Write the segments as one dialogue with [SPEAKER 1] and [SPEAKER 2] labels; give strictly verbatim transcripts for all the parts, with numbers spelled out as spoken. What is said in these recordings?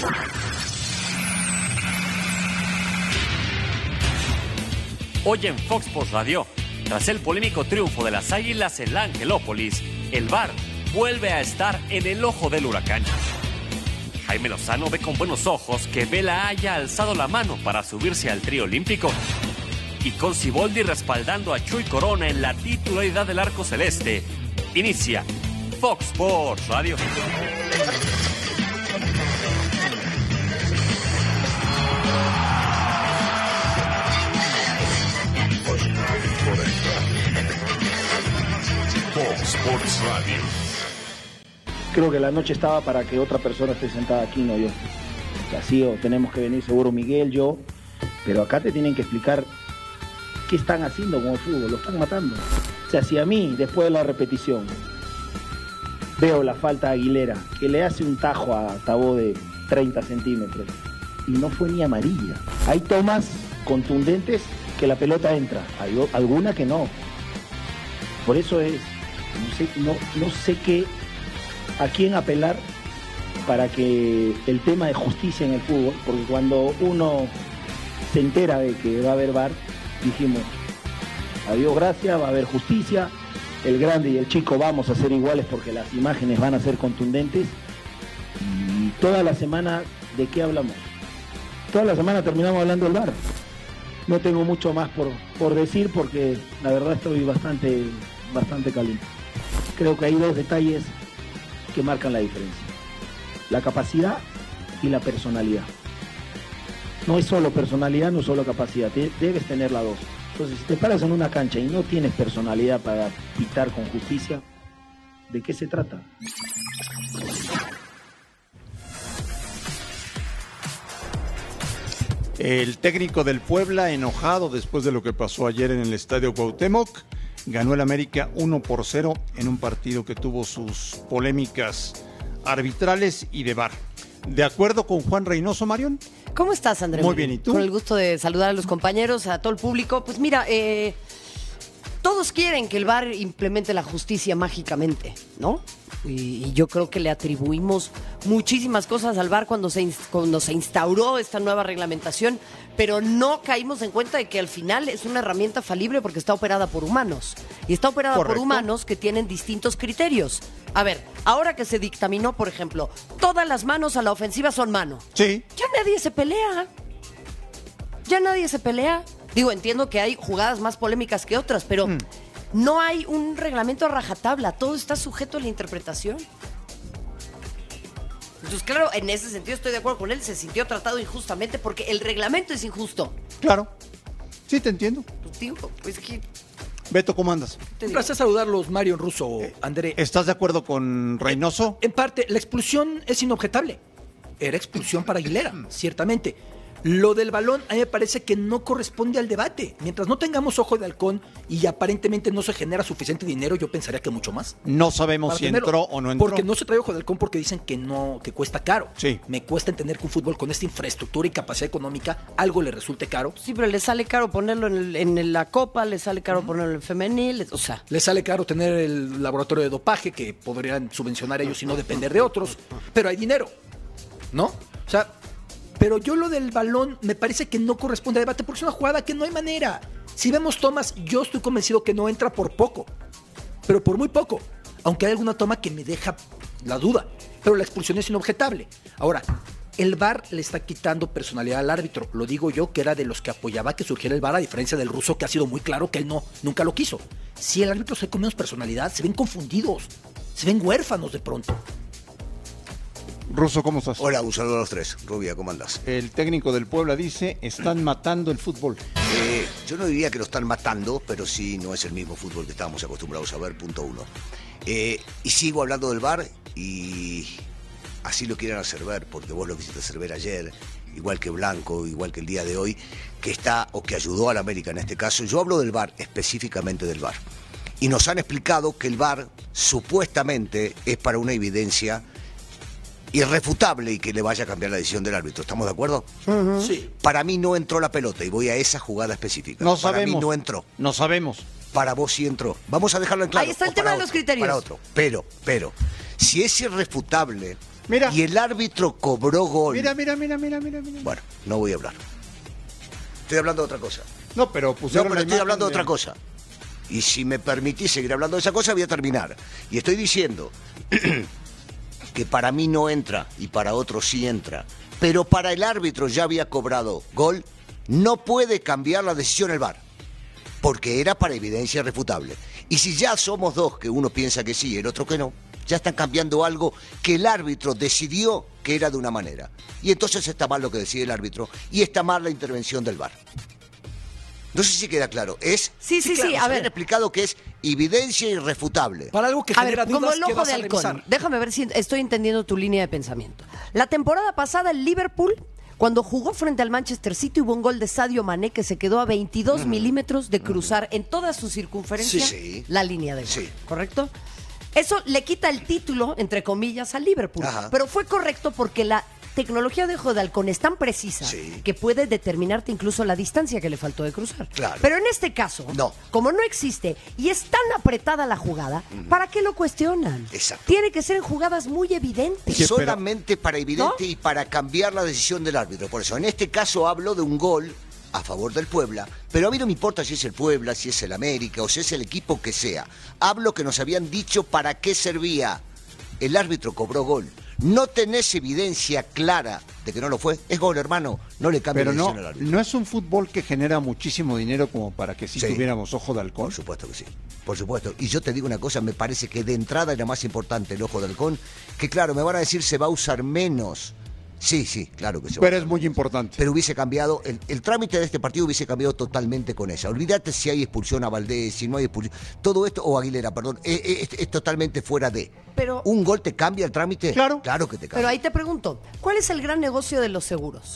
[SPEAKER 1] Hoy en Fox Sports Radio, tras el polémico triunfo de las Águilas en la Angelópolis, el V A R vuelve a estar en el ojo del huracán. Jaime Lozano ve con buenos ojos que Vela haya alzado la mano para subirse al trío olímpico. Y con Siboldi respaldando a Chuy Corona en la titularidad del arco celeste, inicia Fox Sports Radio.
[SPEAKER 2] Fox Sports Radio.
[SPEAKER 3] Creo que la noche estaba para que otra persona esté sentada aquí, no yo. O sea, sí, o tenemos que venir seguro Miguel, yo, pero acá te tienen que explicar qué están haciendo con el fútbol, lo están matando. O sea, si a mí, después de la repetición, veo la falta a Aguilera, que le hace un tajo a Tabó de treinta centímetros, y no fue ni amarilla. Hay tomas contundentes que la pelota entra, hay alguna que no. Por eso es, no sé, no, no sé qué, a quién apelar para que el tema de justicia en el fútbol, porque cuando uno se entera de que va a haber V A R, dijimos, adiós gracias, va a haber justicia, el grande y el chico vamos a ser iguales porque las imágenes van a ser contundentes. Y toda la semana, ¿de qué hablamos? Toda la semana terminamos hablando del V A R. No tengo mucho más por, por decir porque la verdad estoy bastante, bastante caliente. Creo que hay dos detalles que marcan la diferencia: la capacidad y la personalidad. No es solo personalidad, no es solo capacidad, debes tener las dos. Entonces, si te paras en una cancha y no tienes personalidad para pitar con justicia, ¿de qué se trata?
[SPEAKER 4] El técnico del Puebla, enojado después de lo que pasó ayer en el Estadio Cuauhtémoc, ganó el América uno por cero en un partido que tuvo sus polémicas arbitrales y de V A R. ¿De acuerdo con Juan Reynoso, Marión?
[SPEAKER 5] ¿Cómo estás, Andrés?
[SPEAKER 4] Muy bien, ¿y tú?
[SPEAKER 5] Con el gusto de saludar a los compañeros, a todo el público. Pues mira, eh, todos quieren que el V A R implemente la justicia mágicamente, ¿no? Y, y yo creo que le atribuimos muchísimas cosas al V A R cuando se, cuando se instauró esta nueva reglamentación, pero no caímos en cuenta de que al final es una herramienta falible porque está operada por humanos. Y está operada Correcto. por humanos que tienen distintos criterios. A ver, ahora que se dictaminó, por ejemplo, todas las manos a la ofensiva son mano.
[SPEAKER 4] Sí.
[SPEAKER 5] Ya nadie se pelea. Ya nadie se pelea. Digo, entiendo que hay jugadas más polémicas que otras, pero mm. no hay un reglamento a rajatabla. Todo está sujeto a la interpretación. Entonces, claro, en ese sentido estoy de acuerdo con él. Se sintió tratado injustamente porque el reglamento es injusto.
[SPEAKER 4] Claro. Sí, te entiendo.
[SPEAKER 5] Pues digo, pues que...
[SPEAKER 4] Beto, ¿cómo andas?
[SPEAKER 6] Un placer saludarlos, Mario, Russo, André.
[SPEAKER 4] ¿Estás de acuerdo con Reynoso?
[SPEAKER 6] En parte, la expulsión es inobjetable. Era expulsión para Aguilera, ciertamente. Lo del balón a mí me parece que no corresponde al debate. Mientras no tengamos ojo de halcón y aparentemente no se genera suficiente dinero, yo pensaría que mucho más.
[SPEAKER 4] No sabemos si
[SPEAKER 6] tenerlo.
[SPEAKER 4] entró o no entró.
[SPEAKER 6] Porque no se trae ojo de halcón porque dicen que no, que cuesta caro.
[SPEAKER 4] Sí.
[SPEAKER 6] Me cuesta entender que un fútbol con esta infraestructura y capacidad económica algo le resulte caro.
[SPEAKER 5] Sí, pero le sale caro ponerlo en, el, en la Copa, le sale caro uh-huh. ponerlo en femenil, o sea.
[SPEAKER 6] Le sale caro tener el laboratorio de dopaje que podrían subvencionar ellos y no depender de otros. Pero hay dinero, ¿no? O sea... Pero yo lo del balón me parece que no corresponde al debate porque es una jugada que no hay manera. Si vemos tomas, yo estoy convencido que no entra por poco, pero por muy poco. Aunque hay alguna toma que me deja la duda, pero la expulsión es inobjetable. Ahora, el V A R le está quitando personalidad al árbitro. Lo digo yo, que era de los que apoyaba que surgiera el V A R, a diferencia del Ruso, que ha sido muy claro que él no, nunca lo quiso. Si el árbitro se ve con menos personalidad, se ven confundidos, se ven huérfanos de pronto.
[SPEAKER 4] Russo, ¿cómo estás?
[SPEAKER 7] Hola, un saludo a los tres. Rubia, ¿cómo andas?
[SPEAKER 4] El técnico del Puebla dice, están matando el fútbol.
[SPEAKER 7] Eh, yo no diría que lo están matando, pero sí no es el mismo fútbol que estábamos acostumbrados a ver, punto uno. Eh, y sigo hablando del V A R y así lo quieren hacer ver, porque vos lo quisiste hacer ver ayer, igual que Blanco, igual que el día de hoy, que está, o que ayudó a la América en este caso. Yo hablo del V A R, específicamente del V A R. Y nos han explicado que el V A R supuestamente es para una evidencia irrefutable y que le vaya a cambiar la decisión del árbitro. ¿Estamos de acuerdo?
[SPEAKER 4] Uh-huh.
[SPEAKER 6] Sí.
[SPEAKER 7] Para mí no entró la pelota y voy a esa jugada específica.
[SPEAKER 4] No
[SPEAKER 7] para
[SPEAKER 4] sabemos.
[SPEAKER 7] mí no entró.
[SPEAKER 4] No sabemos.
[SPEAKER 7] Para vos sí entró. Vamos a dejarlo en claro.
[SPEAKER 5] Ahí está el tema de
[SPEAKER 7] otro,
[SPEAKER 5] los criterios.
[SPEAKER 7] Para otro. Pero, pero, si es irrefutable
[SPEAKER 4] Mira.
[SPEAKER 7] y el árbitro cobró gol.
[SPEAKER 4] Mira, mira, mira, mira, mira, mira.
[SPEAKER 7] Bueno, no voy a hablar. Estoy hablando de otra cosa.
[SPEAKER 4] No, pero
[SPEAKER 7] No,
[SPEAKER 4] pusieron
[SPEAKER 7] pero
[SPEAKER 4] la
[SPEAKER 7] estoy
[SPEAKER 4] imagen
[SPEAKER 7] hablando de otra cosa. Y si me permitís seguir hablando de esa cosa, voy a terminar. Y estoy diciendo que para mí no entra y para otros sí entra. Pero para el árbitro ya había cobrado gol, no puede cambiar la decisión el V A R. Porque era para evidencia irrefutable. Y si ya somos dos, que uno piensa que sí y el otro que no, ya están cambiando algo que el árbitro decidió que era de una manera. Y entonces está mal lo que decide el árbitro y está mal la intervención del V A R. No sé si queda claro. Es,
[SPEAKER 5] Sí, sí,
[SPEAKER 7] claro,
[SPEAKER 5] sí, a
[SPEAKER 7] nos habían
[SPEAKER 5] ver.
[SPEAKER 7] explicado que es evidencia irrefutable.
[SPEAKER 6] Para algo que
[SPEAKER 5] A
[SPEAKER 6] genera
[SPEAKER 5] ver, como
[SPEAKER 6] dudas
[SPEAKER 5] el
[SPEAKER 6] que
[SPEAKER 5] ojo
[SPEAKER 6] vas
[SPEAKER 5] de
[SPEAKER 6] a
[SPEAKER 5] halcón.
[SPEAKER 6] revisar.
[SPEAKER 5] Déjame ver si estoy entendiendo tu línea de pensamiento. La temporada pasada el Liverpool, cuando jugó frente al Manchester City, hubo un gol de Sadio Mané que se quedó a veintidós milímetros de cruzar en toda su circunferencia
[SPEAKER 7] Sí, sí.
[SPEAKER 5] la línea de gol.
[SPEAKER 7] Sí.
[SPEAKER 5] ¿Correcto? Eso le quita el título, entre comillas, al Liverpool.
[SPEAKER 7] Ajá.
[SPEAKER 5] Pero fue correcto porque la tecnología de ojo de halcón es tan precisa
[SPEAKER 7] Sí.
[SPEAKER 5] que puede determinarte incluso la distancia que le faltó de cruzar.
[SPEAKER 7] Claro.
[SPEAKER 5] Pero en este caso,
[SPEAKER 7] No.
[SPEAKER 5] como no existe y es tan apretada la jugada, ¿para qué lo cuestionan?
[SPEAKER 7] Exacto.
[SPEAKER 5] Tiene que ser en jugadas muy evidentes.
[SPEAKER 4] Sí, pero-
[SPEAKER 7] Solamente para evidente
[SPEAKER 5] ¿No?
[SPEAKER 7] y para cambiar la decisión del árbitro. Por eso, en este caso hablo de un gol a favor del Puebla, pero a mí no me importa si es el Puebla, si es el América o si es el equipo que sea. Hablo que nos habían dicho para qué servía. El árbitro cobró gol. No tenés evidencia clara de que no lo fue. Es gol, hermano. No le cambia
[SPEAKER 4] Pero
[SPEAKER 7] la
[SPEAKER 4] no,
[SPEAKER 7] decisión al árbitro.
[SPEAKER 4] no es un fútbol que genera muchísimo dinero como para que sí,
[SPEAKER 7] Sí.
[SPEAKER 4] tuviéramos ojo de halcón.
[SPEAKER 7] Por supuesto que sí, por supuesto. Y yo te digo una cosa, me parece que de entrada era más importante el ojo de halcón, que claro, me van a decir se va a usar menos. Sí, sí, claro que se va a
[SPEAKER 4] Pero
[SPEAKER 7] usar
[SPEAKER 4] es muy
[SPEAKER 7] menos.
[SPEAKER 4] importante.
[SPEAKER 7] Pero hubiese cambiado, el, el trámite de este partido hubiese cambiado totalmente con esa. Olvídate si hay expulsión a Valdés, si no hay expulsión. Todo esto, o Aguilera, perdón, es, es- es totalmente fuera de.
[SPEAKER 5] Pero-
[SPEAKER 7] ¿Un gol te cambia el trámite?
[SPEAKER 4] Claro.
[SPEAKER 7] Claro que te cambia.
[SPEAKER 5] Pero ahí te pregunto, ¿cuál es el gran negocio de los seguros?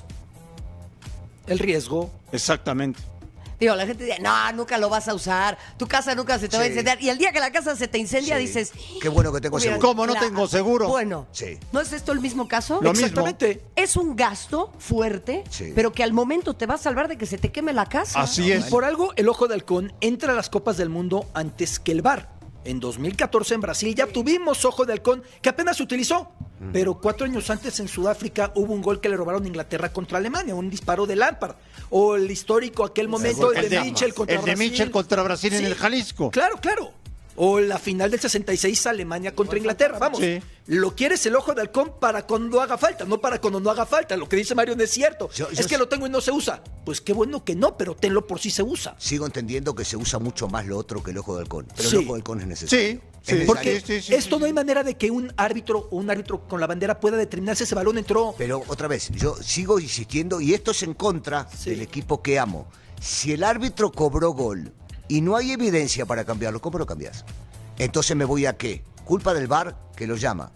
[SPEAKER 6] El riesgo.
[SPEAKER 4] Exactamente.
[SPEAKER 5] Digo, la gente dice, no, nunca lo vas a usar, tu casa nunca se te va a
[SPEAKER 7] Sí.
[SPEAKER 5] incendiar. Y el día que la casa se te incendia
[SPEAKER 7] Sí.
[SPEAKER 5] dices,
[SPEAKER 7] Qué bueno que tengo
[SPEAKER 5] hubiera-
[SPEAKER 7] seguro.
[SPEAKER 4] ¿Cómo no
[SPEAKER 5] la-
[SPEAKER 4] tengo seguro?
[SPEAKER 5] Bueno,
[SPEAKER 7] Sí.
[SPEAKER 5] ¿no es esto el mismo caso?
[SPEAKER 4] Lo mismo.
[SPEAKER 6] Exactamente.
[SPEAKER 5] Es un gasto fuerte,
[SPEAKER 7] Sí.
[SPEAKER 5] pero que al momento te va a salvar de que se te queme la casa.
[SPEAKER 4] Así es.
[SPEAKER 6] Por algo, el ojo de halcón entra a las Copas del Mundo antes que el V A R. En dos mil catorce en Brasil ya tuvimos ojo de halcón que apenas se utilizó. Pero cuatro años antes en Sudáfrica hubo un gol que le robaron a Inglaterra contra Alemania, un disparo de Lampard. O el histórico aquel momento, el,
[SPEAKER 4] El
[SPEAKER 6] de
[SPEAKER 4] de-
[SPEAKER 6] Mitchell contra
[SPEAKER 4] el de
[SPEAKER 6] Brasil.
[SPEAKER 4] Mitchell contra Brasil en
[SPEAKER 6] Sí,
[SPEAKER 4] el Jalisco.
[SPEAKER 6] Claro, claro. O la final del sesenta y seis Alemania contra Inglaterra. Vamos,
[SPEAKER 4] Sí.
[SPEAKER 6] lo quieres el ojo de halcón para cuando haga falta, no para cuando no haga falta. Lo que dice Mario no es cierto.
[SPEAKER 7] Yo-
[SPEAKER 6] es
[SPEAKER 7] yo-
[SPEAKER 6] que lo tengo y no se usa. Pues qué bueno que no, pero tenlo por si se usa.
[SPEAKER 7] Sigo entendiendo que se usa mucho más lo otro que el ojo de halcón. Pero
[SPEAKER 6] Sí.
[SPEAKER 7] el ojo de halcón es necesario.
[SPEAKER 4] Sí,
[SPEAKER 7] Es
[SPEAKER 4] sí.
[SPEAKER 7] necesario.
[SPEAKER 6] Porque
[SPEAKER 4] Sí, sí, sí,
[SPEAKER 6] esto
[SPEAKER 4] sí,
[SPEAKER 6] no hay
[SPEAKER 4] sí.
[SPEAKER 6] manera de que un árbitro o un árbitro con la bandera pueda determinar si ese balón entró.
[SPEAKER 7] Pero otra vez, yo sigo insistiendo, y esto es en contra
[SPEAKER 6] Sí.
[SPEAKER 7] del equipo que amo. Si el árbitro cobró gol y no hay evidencia para cambiarlo, ¿cómo lo cambias? Entonces me voy a qué? Culpa del V A R que lo llama.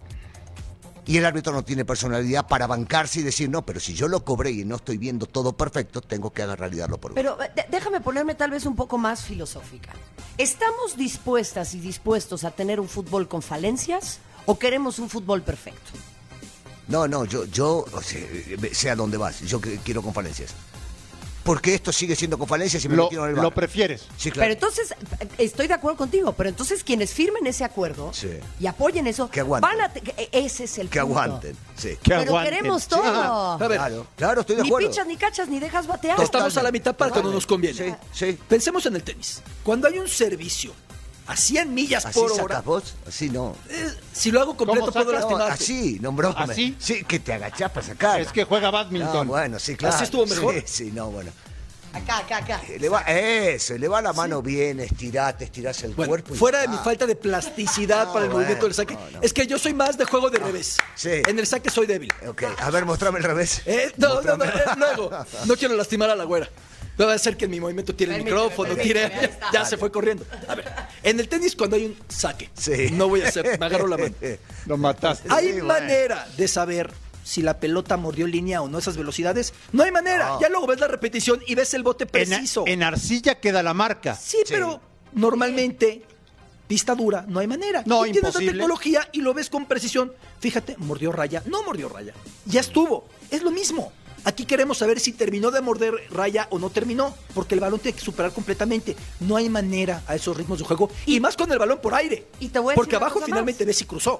[SPEAKER 7] Y el árbitro no tiene personalidad para bancarse y decir, no, pero si yo lo cobré y no estoy viendo todo perfecto, tengo que agarrar y darlo por gol.
[SPEAKER 5] Pero eh, de- déjame ponerme tal vez un poco más filosófica. ¿Estamos dispuestas y dispuestos a tener un fútbol con falencias o queremos un fútbol perfecto?
[SPEAKER 7] No, no, yo, yo, o sea, sé a dónde vas, yo que- quiero con falencias. Porque esto sigue siendo con falencias y me
[SPEAKER 4] Lo,
[SPEAKER 7] metieron en el V A R.
[SPEAKER 4] lo prefieres.
[SPEAKER 7] Sí, claro.
[SPEAKER 5] Pero entonces, eh, estoy de acuerdo contigo, pero entonces quienes firmen ese acuerdo
[SPEAKER 7] Sí.
[SPEAKER 5] y apoyen eso,
[SPEAKER 7] Que aguanten.
[SPEAKER 5] van a... te- que- ese es el
[SPEAKER 7] Que
[SPEAKER 5] punto.
[SPEAKER 7] aguanten, sí.
[SPEAKER 4] Que
[SPEAKER 5] Pero
[SPEAKER 4] aguanten.
[SPEAKER 5] queremos
[SPEAKER 4] Sí.
[SPEAKER 5] todo.
[SPEAKER 6] A ver,
[SPEAKER 7] Claro, claro, estoy de
[SPEAKER 5] Ni
[SPEAKER 7] acuerdo.
[SPEAKER 5] pichas, ni cachas, ni dejas batear.
[SPEAKER 6] estamos a la mitad para cuando nos conviene.
[SPEAKER 7] Sí, sí.
[SPEAKER 6] Pensemos en el tenis. Cuando hay un servicio a cien millas
[SPEAKER 7] ¿Así
[SPEAKER 6] por
[SPEAKER 7] sacas
[SPEAKER 6] hora,
[SPEAKER 7] vos? Así no.
[SPEAKER 6] eh, si lo hago completo
[SPEAKER 4] ¿Cómo
[SPEAKER 6] puedo
[SPEAKER 4] sacas?
[SPEAKER 7] No,
[SPEAKER 6] lastimarte.
[SPEAKER 7] así, no, broma.
[SPEAKER 4] ¿Así?
[SPEAKER 7] Sí, que te agachás para sacar.
[SPEAKER 4] Es que juega
[SPEAKER 7] No,
[SPEAKER 4] badminton.
[SPEAKER 7] bueno, sí, claro.
[SPEAKER 6] ¿Así estuvo mejor?
[SPEAKER 7] Sí, sí, no, bueno.
[SPEAKER 5] Acá, acá, acá.
[SPEAKER 7] Le va, eso, le va la mano bien, estirate, estirás el
[SPEAKER 6] Bueno,
[SPEAKER 7] cuerpo. y-
[SPEAKER 6] fuera de mi
[SPEAKER 7] Ah,
[SPEAKER 6] falta de plasticidad
[SPEAKER 7] No,
[SPEAKER 6] para el
[SPEAKER 7] bueno,
[SPEAKER 6] movimiento del saque,
[SPEAKER 7] no, no.
[SPEAKER 6] es que yo soy más de juego de revés.
[SPEAKER 7] sí.
[SPEAKER 6] En el saque soy débil.
[SPEAKER 7] Ok, a ver, mostrame el revés.
[SPEAKER 6] Eh, no, no, no,
[SPEAKER 7] Mostrame.
[SPEAKER 6] eh, luego. No quiero lastimar a la güera. No va a ser que en mi movimiento tire el
[SPEAKER 5] Permíteme,
[SPEAKER 6] micrófono,
[SPEAKER 5] permíteme,
[SPEAKER 6] tire.
[SPEAKER 5] ahí está.
[SPEAKER 6] Ya se fue corriendo. A ver, en el tenis, cuando hay un saque,
[SPEAKER 7] Sí.
[SPEAKER 6] no voy a hacer, me agarro la mano.
[SPEAKER 4] Lo mataste.
[SPEAKER 6] ¿Hay
[SPEAKER 7] Sí, bueno.
[SPEAKER 6] manera de saber si la pelota mordió línea o no esas velocidades? No hay manera.
[SPEAKER 7] No.
[SPEAKER 6] Ya luego ves la repetición y ves el bote
[SPEAKER 4] En,
[SPEAKER 6] preciso.
[SPEAKER 4] en arcilla queda la marca.
[SPEAKER 6] Sí, pero normalmente, pista dura, no hay manera.
[SPEAKER 4] No,
[SPEAKER 6] Tú tienes la
[SPEAKER 4] imposible.
[SPEAKER 6] tecnología y lo ves con precisión. Fíjate, mordió raya, no mordió raya. Ya estuvo. Es lo mismo. Aquí queremos saber si terminó de morder raya o no terminó, porque el balón tiene que superar completamente. No hay manera a esos ritmos de juego, y más con el balón por aire.
[SPEAKER 5] Y te voy a
[SPEAKER 6] porque
[SPEAKER 5] decir una
[SPEAKER 6] abajo
[SPEAKER 5] cosa
[SPEAKER 6] finalmente
[SPEAKER 5] más.
[SPEAKER 6] ves si cruzó.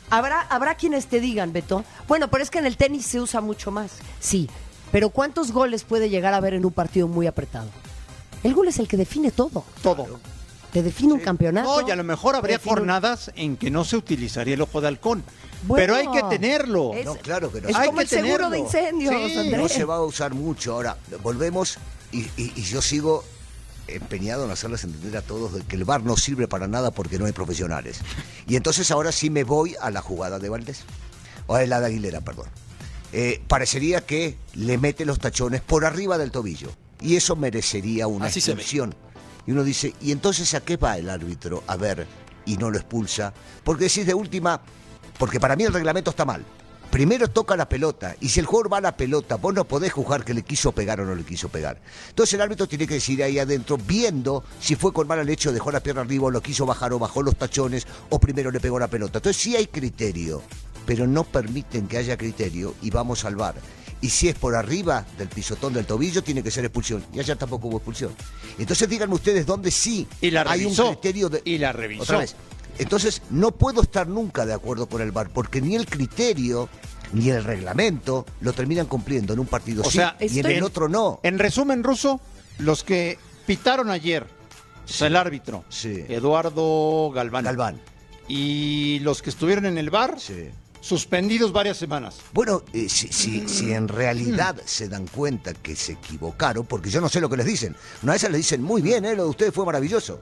[SPEAKER 5] Habrá, habrá quienes te digan, Beto, bueno, pero es que en el tenis se usa mucho más. Sí, pero ¿cuántos goles puede llegar a haber en un partido muy apretado? El gol es el que define todo.
[SPEAKER 4] Todo.
[SPEAKER 5] Te define un campeonato.
[SPEAKER 4] No, y a lo mejor habría
[SPEAKER 5] define un-
[SPEAKER 4] jornadas en que no se utilizaría el ojo de halcón.
[SPEAKER 5] Bueno,
[SPEAKER 4] pero hay que tenerlo.
[SPEAKER 5] es-
[SPEAKER 7] No, claro que no.
[SPEAKER 5] Es
[SPEAKER 4] Hay
[SPEAKER 5] como
[SPEAKER 4] que
[SPEAKER 5] el seguro de
[SPEAKER 4] tenerlo.
[SPEAKER 5] incendios,
[SPEAKER 4] Sí,
[SPEAKER 5] Andrés.
[SPEAKER 7] No se va a usar mucho. Ahora, volvemos y, y- y yo sigo empeñado en hacerles entender a todos de que el V A R no sirve para nada porque no hay profesionales. Y entonces ahora sí me voy a la jugada de Valdés, o a la de Aguilera, perdón. Eh, parecería que le mete los tachones por arriba del tobillo y eso merecería una
[SPEAKER 6] Así se ve.
[SPEAKER 7] expulsión. Y uno dice, ¿y entonces a qué va el árbitro? A ver, y no lo expulsa. Porque decís de última, porque para mí el reglamento está mal. Primero toca la pelota, y si el jugador va a la pelota, vos no podés juzgar que le quiso pegar o no le quiso pegar. Entonces el árbitro tiene que decir ahí adentro, viendo si fue con mala leche o dejó la pierna arriba o lo quiso bajar o bajó los tachones o primero le pegó la pelota. Entonces sí hay criterio, pero no permiten que haya criterio y vamos al V A R. Y si es por arriba del pisotón del tobillo, tiene que ser expulsión. Y allá tampoco hubo expulsión. Entonces díganme ustedes dónde sí
[SPEAKER 4] Y la
[SPEAKER 7] hay un
[SPEAKER 4] revisó.
[SPEAKER 7] criterio de...
[SPEAKER 4] Y la revisó.
[SPEAKER 7] Otra vez. Entonces no puedo estar nunca de acuerdo con el V A R, porque ni el criterio ni el reglamento lo terminan cumpliendo en un partido
[SPEAKER 4] O
[SPEAKER 7] sí
[SPEAKER 4] sea,
[SPEAKER 7] y en
[SPEAKER 5] estoy-
[SPEAKER 7] el otro no.
[SPEAKER 4] En resumen, Ruso, los que pitaron ayer, o sea, el árbitro,
[SPEAKER 7] Sí.
[SPEAKER 4] Eduardo Galván,
[SPEAKER 7] Galván.
[SPEAKER 4] y los que estuvieron en el V A R,
[SPEAKER 7] Sí.
[SPEAKER 4] suspendidos varias semanas.
[SPEAKER 7] Bueno, eh, si, si, si en realidad se dan cuenta que se equivocaron, porque yo no sé lo que les dicen. Una vez les dicen, muy bien, eh, lo de ustedes fue maravilloso.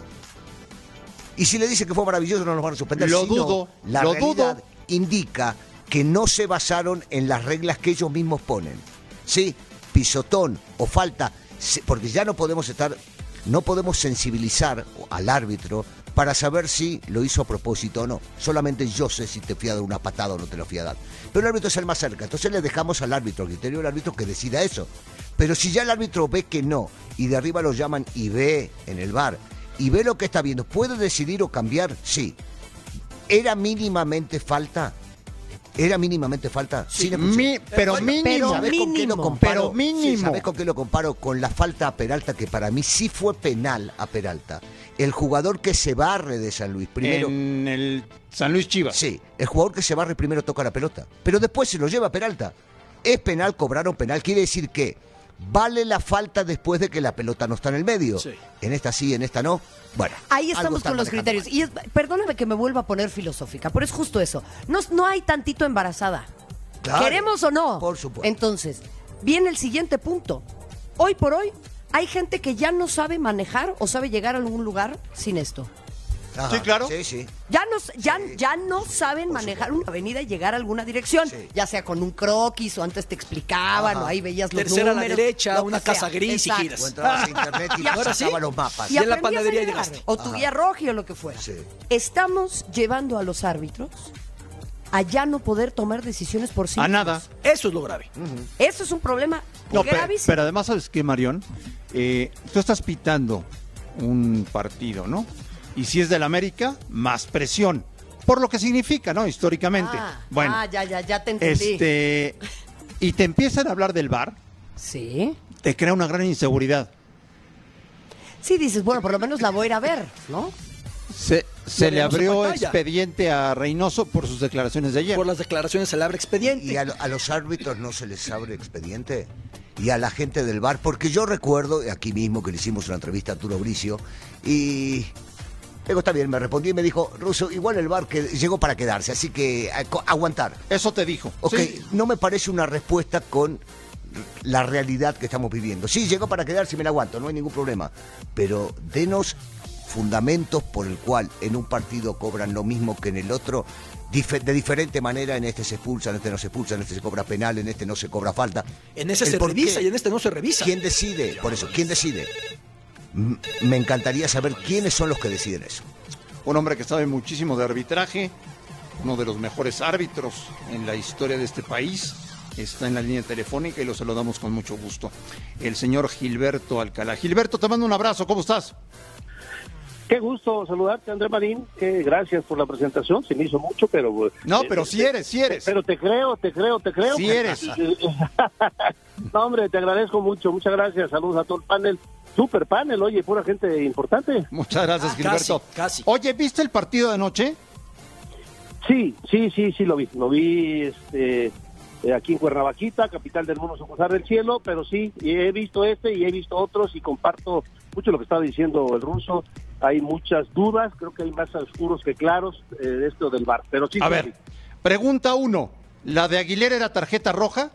[SPEAKER 7] Y si le dicen que fue maravilloso, no los van a suspender.
[SPEAKER 4] Lo
[SPEAKER 7] Si no,
[SPEAKER 4] dudo,
[SPEAKER 7] la
[SPEAKER 4] lo
[SPEAKER 7] realidad
[SPEAKER 4] dudo.
[SPEAKER 7] indica que no se basaron en las reglas que ellos mismos ponen. Sí, pisotón o falta, se- porque ya no podemos estar, no podemos sensibilizar al árbitro para saber si lo hizo a propósito o no. Solamente yo sé si te fui a dar una patada o no te lo fui a dar. Pero el árbitro es el más cerca, entonces le dejamos al árbitro, al criterio del árbitro, que decida eso. Pero si ya el árbitro ve que no, y de arriba lo llaman y ve en el V A R, y ve lo que está viendo, ¿puede decidir o cambiar? Sí. ¿Era mínimamente falta? ¿Era mínimamente falta? Sin expulsión.
[SPEAKER 4] Mi- pero
[SPEAKER 5] Pero
[SPEAKER 4] mínimo.
[SPEAKER 7] ¿Sabés con qué lo
[SPEAKER 5] mínimo.
[SPEAKER 7] comparo?
[SPEAKER 4] Pero mínimo.
[SPEAKER 7] Sí, ¿sabés con qué lo comparo? Con la falta a Peralta, que para mí sí fue penal a Peralta. El jugador que se barre de San Luis primero...
[SPEAKER 4] En el San Luis Chivas.
[SPEAKER 7] Sí, el jugador que se barre primero toca la pelota, pero después se lo lleva a Peralta. Es penal, cobraron penal, quiere decir que vale la falta después de que la pelota no está en el medio.
[SPEAKER 6] Sí.
[SPEAKER 7] En esta sí, en esta no. Bueno,
[SPEAKER 5] Ahí
[SPEAKER 7] algo
[SPEAKER 5] estamos
[SPEAKER 7] están
[SPEAKER 5] con los
[SPEAKER 7] manejando
[SPEAKER 5] criterios.
[SPEAKER 7] mal.
[SPEAKER 5] Y es- perdóname que me vuelva a poner filosófica, pero es justo eso. No, no hay tantito embarazada.
[SPEAKER 7] Claro,
[SPEAKER 5] ¿Queremos o no?
[SPEAKER 7] por supuesto.
[SPEAKER 5] Entonces, viene el siguiente punto. Hoy por hoy, hay gente que ya no sabe manejar o sabe llegar a algún lugar sin esto.
[SPEAKER 7] Ajá,
[SPEAKER 4] Sí, claro.
[SPEAKER 7] Sí, sí.
[SPEAKER 5] Ya no, ya,
[SPEAKER 7] Sí.
[SPEAKER 5] ya no saben
[SPEAKER 7] Por
[SPEAKER 5] manejar una avenida y llegar a alguna dirección,
[SPEAKER 7] Sí.
[SPEAKER 5] ya sea con un croquis o antes te explicaban
[SPEAKER 7] Ajá.
[SPEAKER 5] o ahí veías los
[SPEAKER 6] Tercera a la
[SPEAKER 5] números,
[SPEAKER 6] derecha,
[SPEAKER 5] lo que
[SPEAKER 6] una
[SPEAKER 5] sea.
[SPEAKER 6] casa gris y
[SPEAKER 5] Exacto.
[SPEAKER 6] giras.
[SPEAKER 7] O entrabas a internet y
[SPEAKER 5] Y ahora
[SPEAKER 7] sacaba
[SPEAKER 6] sí.
[SPEAKER 7] los mapas.
[SPEAKER 6] Y en la
[SPEAKER 5] aprendías a
[SPEAKER 6] panadería
[SPEAKER 5] llegar,
[SPEAKER 6] llegaste.
[SPEAKER 5] o tu
[SPEAKER 7] Ajá.
[SPEAKER 5] guía roja o lo que fuera.
[SPEAKER 7] Sí.
[SPEAKER 5] Estamos llevando a los árbitros a ya no poder tomar decisiones por sí
[SPEAKER 4] A
[SPEAKER 5] mismos.
[SPEAKER 4] nada.
[SPEAKER 6] Eso es lo grave.
[SPEAKER 5] Eso es un problema
[SPEAKER 4] No, pe-
[SPEAKER 5] gravísimo.
[SPEAKER 4] pero además, ¿sabes qué, Marión? Eh, tú estás pitando un partido, ¿no? Y si es del América, más presión. Por lo que significa, ¿no? Históricamente.
[SPEAKER 5] Ah,
[SPEAKER 4] bueno,
[SPEAKER 5] ah, ya, ya, ya te entendí.
[SPEAKER 4] este. Y te empiezan a hablar del V A R,
[SPEAKER 5] Sí.
[SPEAKER 4] te crea una gran inseguridad.
[SPEAKER 5] Sí, dices, bueno, por lo menos la voy a ir a ver, ¿no?
[SPEAKER 4] Se, se
[SPEAKER 6] Lo
[SPEAKER 4] le
[SPEAKER 6] vemos en
[SPEAKER 4] abrió
[SPEAKER 6] pantalla.
[SPEAKER 4] expediente a Reynoso por sus declaraciones de ayer.
[SPEAKER 6] Por las declaraciones se le abre expediente.
[SPEAKER 7] ¿Y a, lo- a los árbitros no se les abre expediente? Y a la gente del V A R, porque yo recuerdo, aquí mismo que le hicimos una entrevista a Arturo Bricio, y luego está bien, me respondió y me dijo, Russo, igual el V A R que llegó para quedarse, así que a- co- aguantar.
[SPEAKER 4] Eso te dijo.
[SPEAKER 7] Ok,
[SPEAKER 4] Sí.
[SPEAKER 7] no me parece una respuesta con la realidad que estamos viviendo. Sí, llegó para quedarse y me la aguanto, no hay ningún problema. Pero denos fundamentos por el cual en un partido cobran lo mismo que en el otro, dife- de diferente manera, en este se expulsa, en este no se expulsa, en este se cobra penal, en este no se cobra falta.
[SPEAKER 6] En ese
[SPEAKER 7] El
[SPEAKER 6] se
[SPEAKER 7] por
[SPEAKER 6] revisa
[SPEAKER 7] qué.
[SPEAKER 6] y en este no se revisa.
[SPEAKER 7] ¿Quién decide? Por eso, ¿quién decide? M- Me encantaría saber quiénes son los que deciden eso.
[SPEAKER 4] Un hombre que sabe muchísimo de arbitraje, uno de los mejores árbitros en la historia de este país, está en la línea telefónica y lo saludamos con mucho gusto. El señor Gilberto Alcalá. Gilberto, te mando un abrazo, ¿cómo estás?
[SPEAKER 2] Qué gusto saludarte, André Marín. Que gracias por la presentación. Se me hizo mucho, pero...
[SPEAKER 4] No,
[SPEAKER 2] eh,
[SPEAKER 4] pero
[SPEAKER 2] eh,
[SPEAKER 4] si eres, si eres.
[SPEAKER 2] Pero te creo, te creo, te creo.
[SPEAKER 4] Sí eres.
[SPEAKER 2] No, hombre, te agradezco mucho. Muchas gracias. Saludos a todo el panel. Super panel, oye, pura gente importante.
[SPEAKER 4] Muchas gracias,
[SPEAKER 6] Ah,
[SPEAKER 4] Gilberto.
[SPEAKER 6] casi, casi.
[SPEAKER 4] Oye, ¿viste el partido de anoche?
[SPEAKER 2] Sí, sí, sí, sí lo vi. Lo vi este, eh, aquí en Cuernavaquita, capital del mundo, San del Cielo, pero sí, he visto este y he visto otros y comparto mucho lo que estaba diciendo el ruso. Hay muchas dudas, creo que hay más oscuros que claros eh, de esto del V A R. Pero sí,
[SPEAKER 4] A
[SPEAKER 2] sí,
[SPEAKER 4] ver,
[SPEAKER 2] sí.
[SPEAKER 4] pregunta uno, ¿la de Aguilera era tarjeta roja?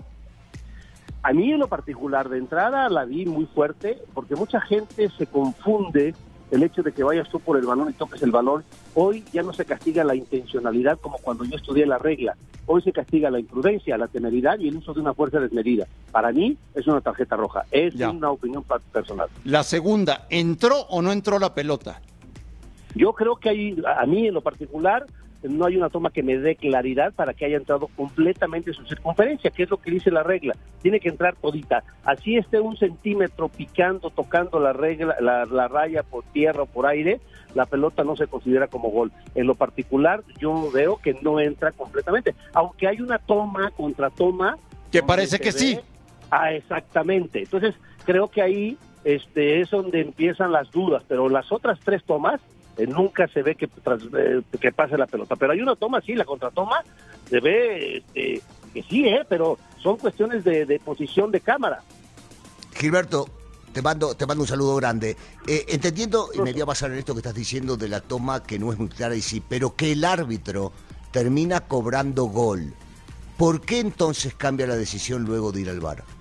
[SPEAKER 2] A mí en lo particular, de entrada la vi muy fuerte, porque mucha gente se confunde el hecho de que vayas tú por el balón y toques el balón. Hoy ya no se castiga la intencionalidad como cuando yo estudié la regla. Hoy se castiga la imprudencia, la temeridad y el uso de una fuerza desmedida. Para mí es una tarjeta roja. Es
[SPEAKER 4] Ya.
[SPEAKER 2] una opinión personal.
[SPEAKER 4] La segunda, ¿entró o no entró la pelota?
[SPEAKER 2] Yo creo que hay, a mí en lo particular, no hay una toma que me dé claridad para que haya entrado completamente su circunferencia, que es lo que dice la regla. Tiene que entrar todita. Así esté un centímetro picando, tocando la regla, la, la raya por tierra o por aire, la pelota no se considera como gol. En lo particular, yo veo que no entra completamente. Aunque hay una toma contra toma.
[SPEAKER 4] Que parece que
[SPEAKER 2] ve,
[SPEAKER 4] sí.
[SPEAKER 2] Ah, exactamente. Entonces, creo que ahí este, es donde empiezan las dudas, pero las otras tres tomas, Eh, nunca se ve que, tras, eh, que pase la pelota, pero hay una toma, sí, la contratoma se ve este, que sí, eh, pero son cuestiones de, de posición de cámara.
[SPEAKER 7] Gilberto, te mando, te mando un saludo grande. Eh, entendiendo, y me voy a basar en esto que estás diciendo de la toma, que no es muy clara y sí, pero que el árbitro termina cobrando gol. ¿Por qué entonces cambia la decisión luego de ir al V A R?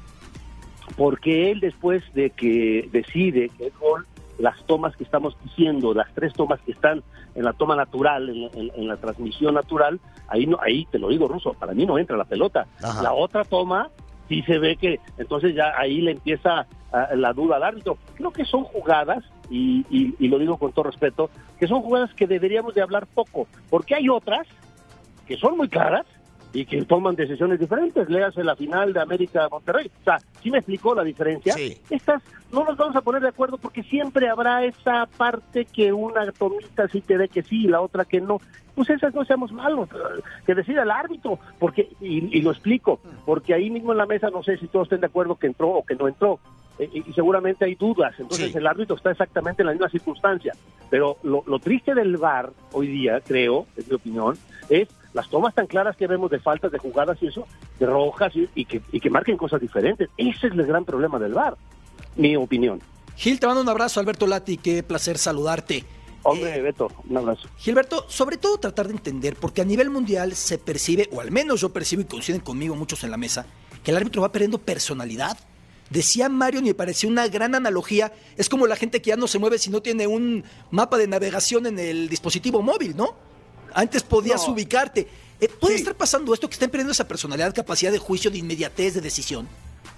[SPEAKER 2] Porque él, después de que decide que es gol, las tomas que estamos diciendo, las tres tomas que están en la toma natural, en, en, en la transmisión natural, ahí no, ahí te lo digo, Ruso, para mí no entra la pelota.
[SPEAKER 7] Ajá.
[SPEAKER 2] La otra toma sí se ve que entonces ya ahí le empieza uh, la duda al árbitro. Creo que son jugadas, y, y, y lo digo con todo respeto, que son jugadas que deberíamos de hablar poco, porque hay otras que son muy claras y que toman decisiones diferentes. Léase la final de América-Monterrey. O sea, ¿sí me explicó la diferencia?
[SPEAKER 7] Sí.
[SPEAKER 2] Estas no nos vamos a poner de acuerdo porque siempre habrá esa parte que una tomita sí te dé que sí y la otra que no. Pues esas no seamos malos, que decida el árbitro, porque y, y lo explico, porque ahí mismo en la mesa no sé si todos estén de acuerdo que entró o que no entró. Y, y seguramente hay dudas, entonces
[SPEAKER 7] Sí.
[SPEAKER 2] el árbitro está exactamente en la misma circunstancia. Pero lo, lo triste del V A R hoy día, creo, es mi opinión, es las tomas tan claras que vemos de faltas, de jugadas y eso, de rojas y, y, que, y que marquen cosas diferentes. Ese es el gran problema del V A R, mi opinión.
[SPEAKER 6] Gil, te mando un abrazo, Alberto Lati, qué placer saludarte.
[SPEAKER 2] Hombre,
[SPEAKER 6] Eh,
[SPEAKER 2] Beto, un abrazo.
[SPEAKER 6] Gilberto, sobre todo tratar de entender, porque a nivel mundial se percibe, o al menos yo percibo y coinciden conmigo muchos en la mesa, que el árbitro va perdiendo personalidad. Decía Mario, y me pareció una gran analogía, es como la gente que ya no se mueve si no tiene un mapa de navegación en el dispositivo móvil, ¿no? Antes podías
[SPEAKER 2] No.
[SPEAKER 6] ubicarte. Eh, ¿Puede
[SPEAKER 2] Sí.
[SPEAKER 6] estar pasando esto, que estén perdiendo esa personalidad, capacidad de juicio, de inmediatez, de decisión?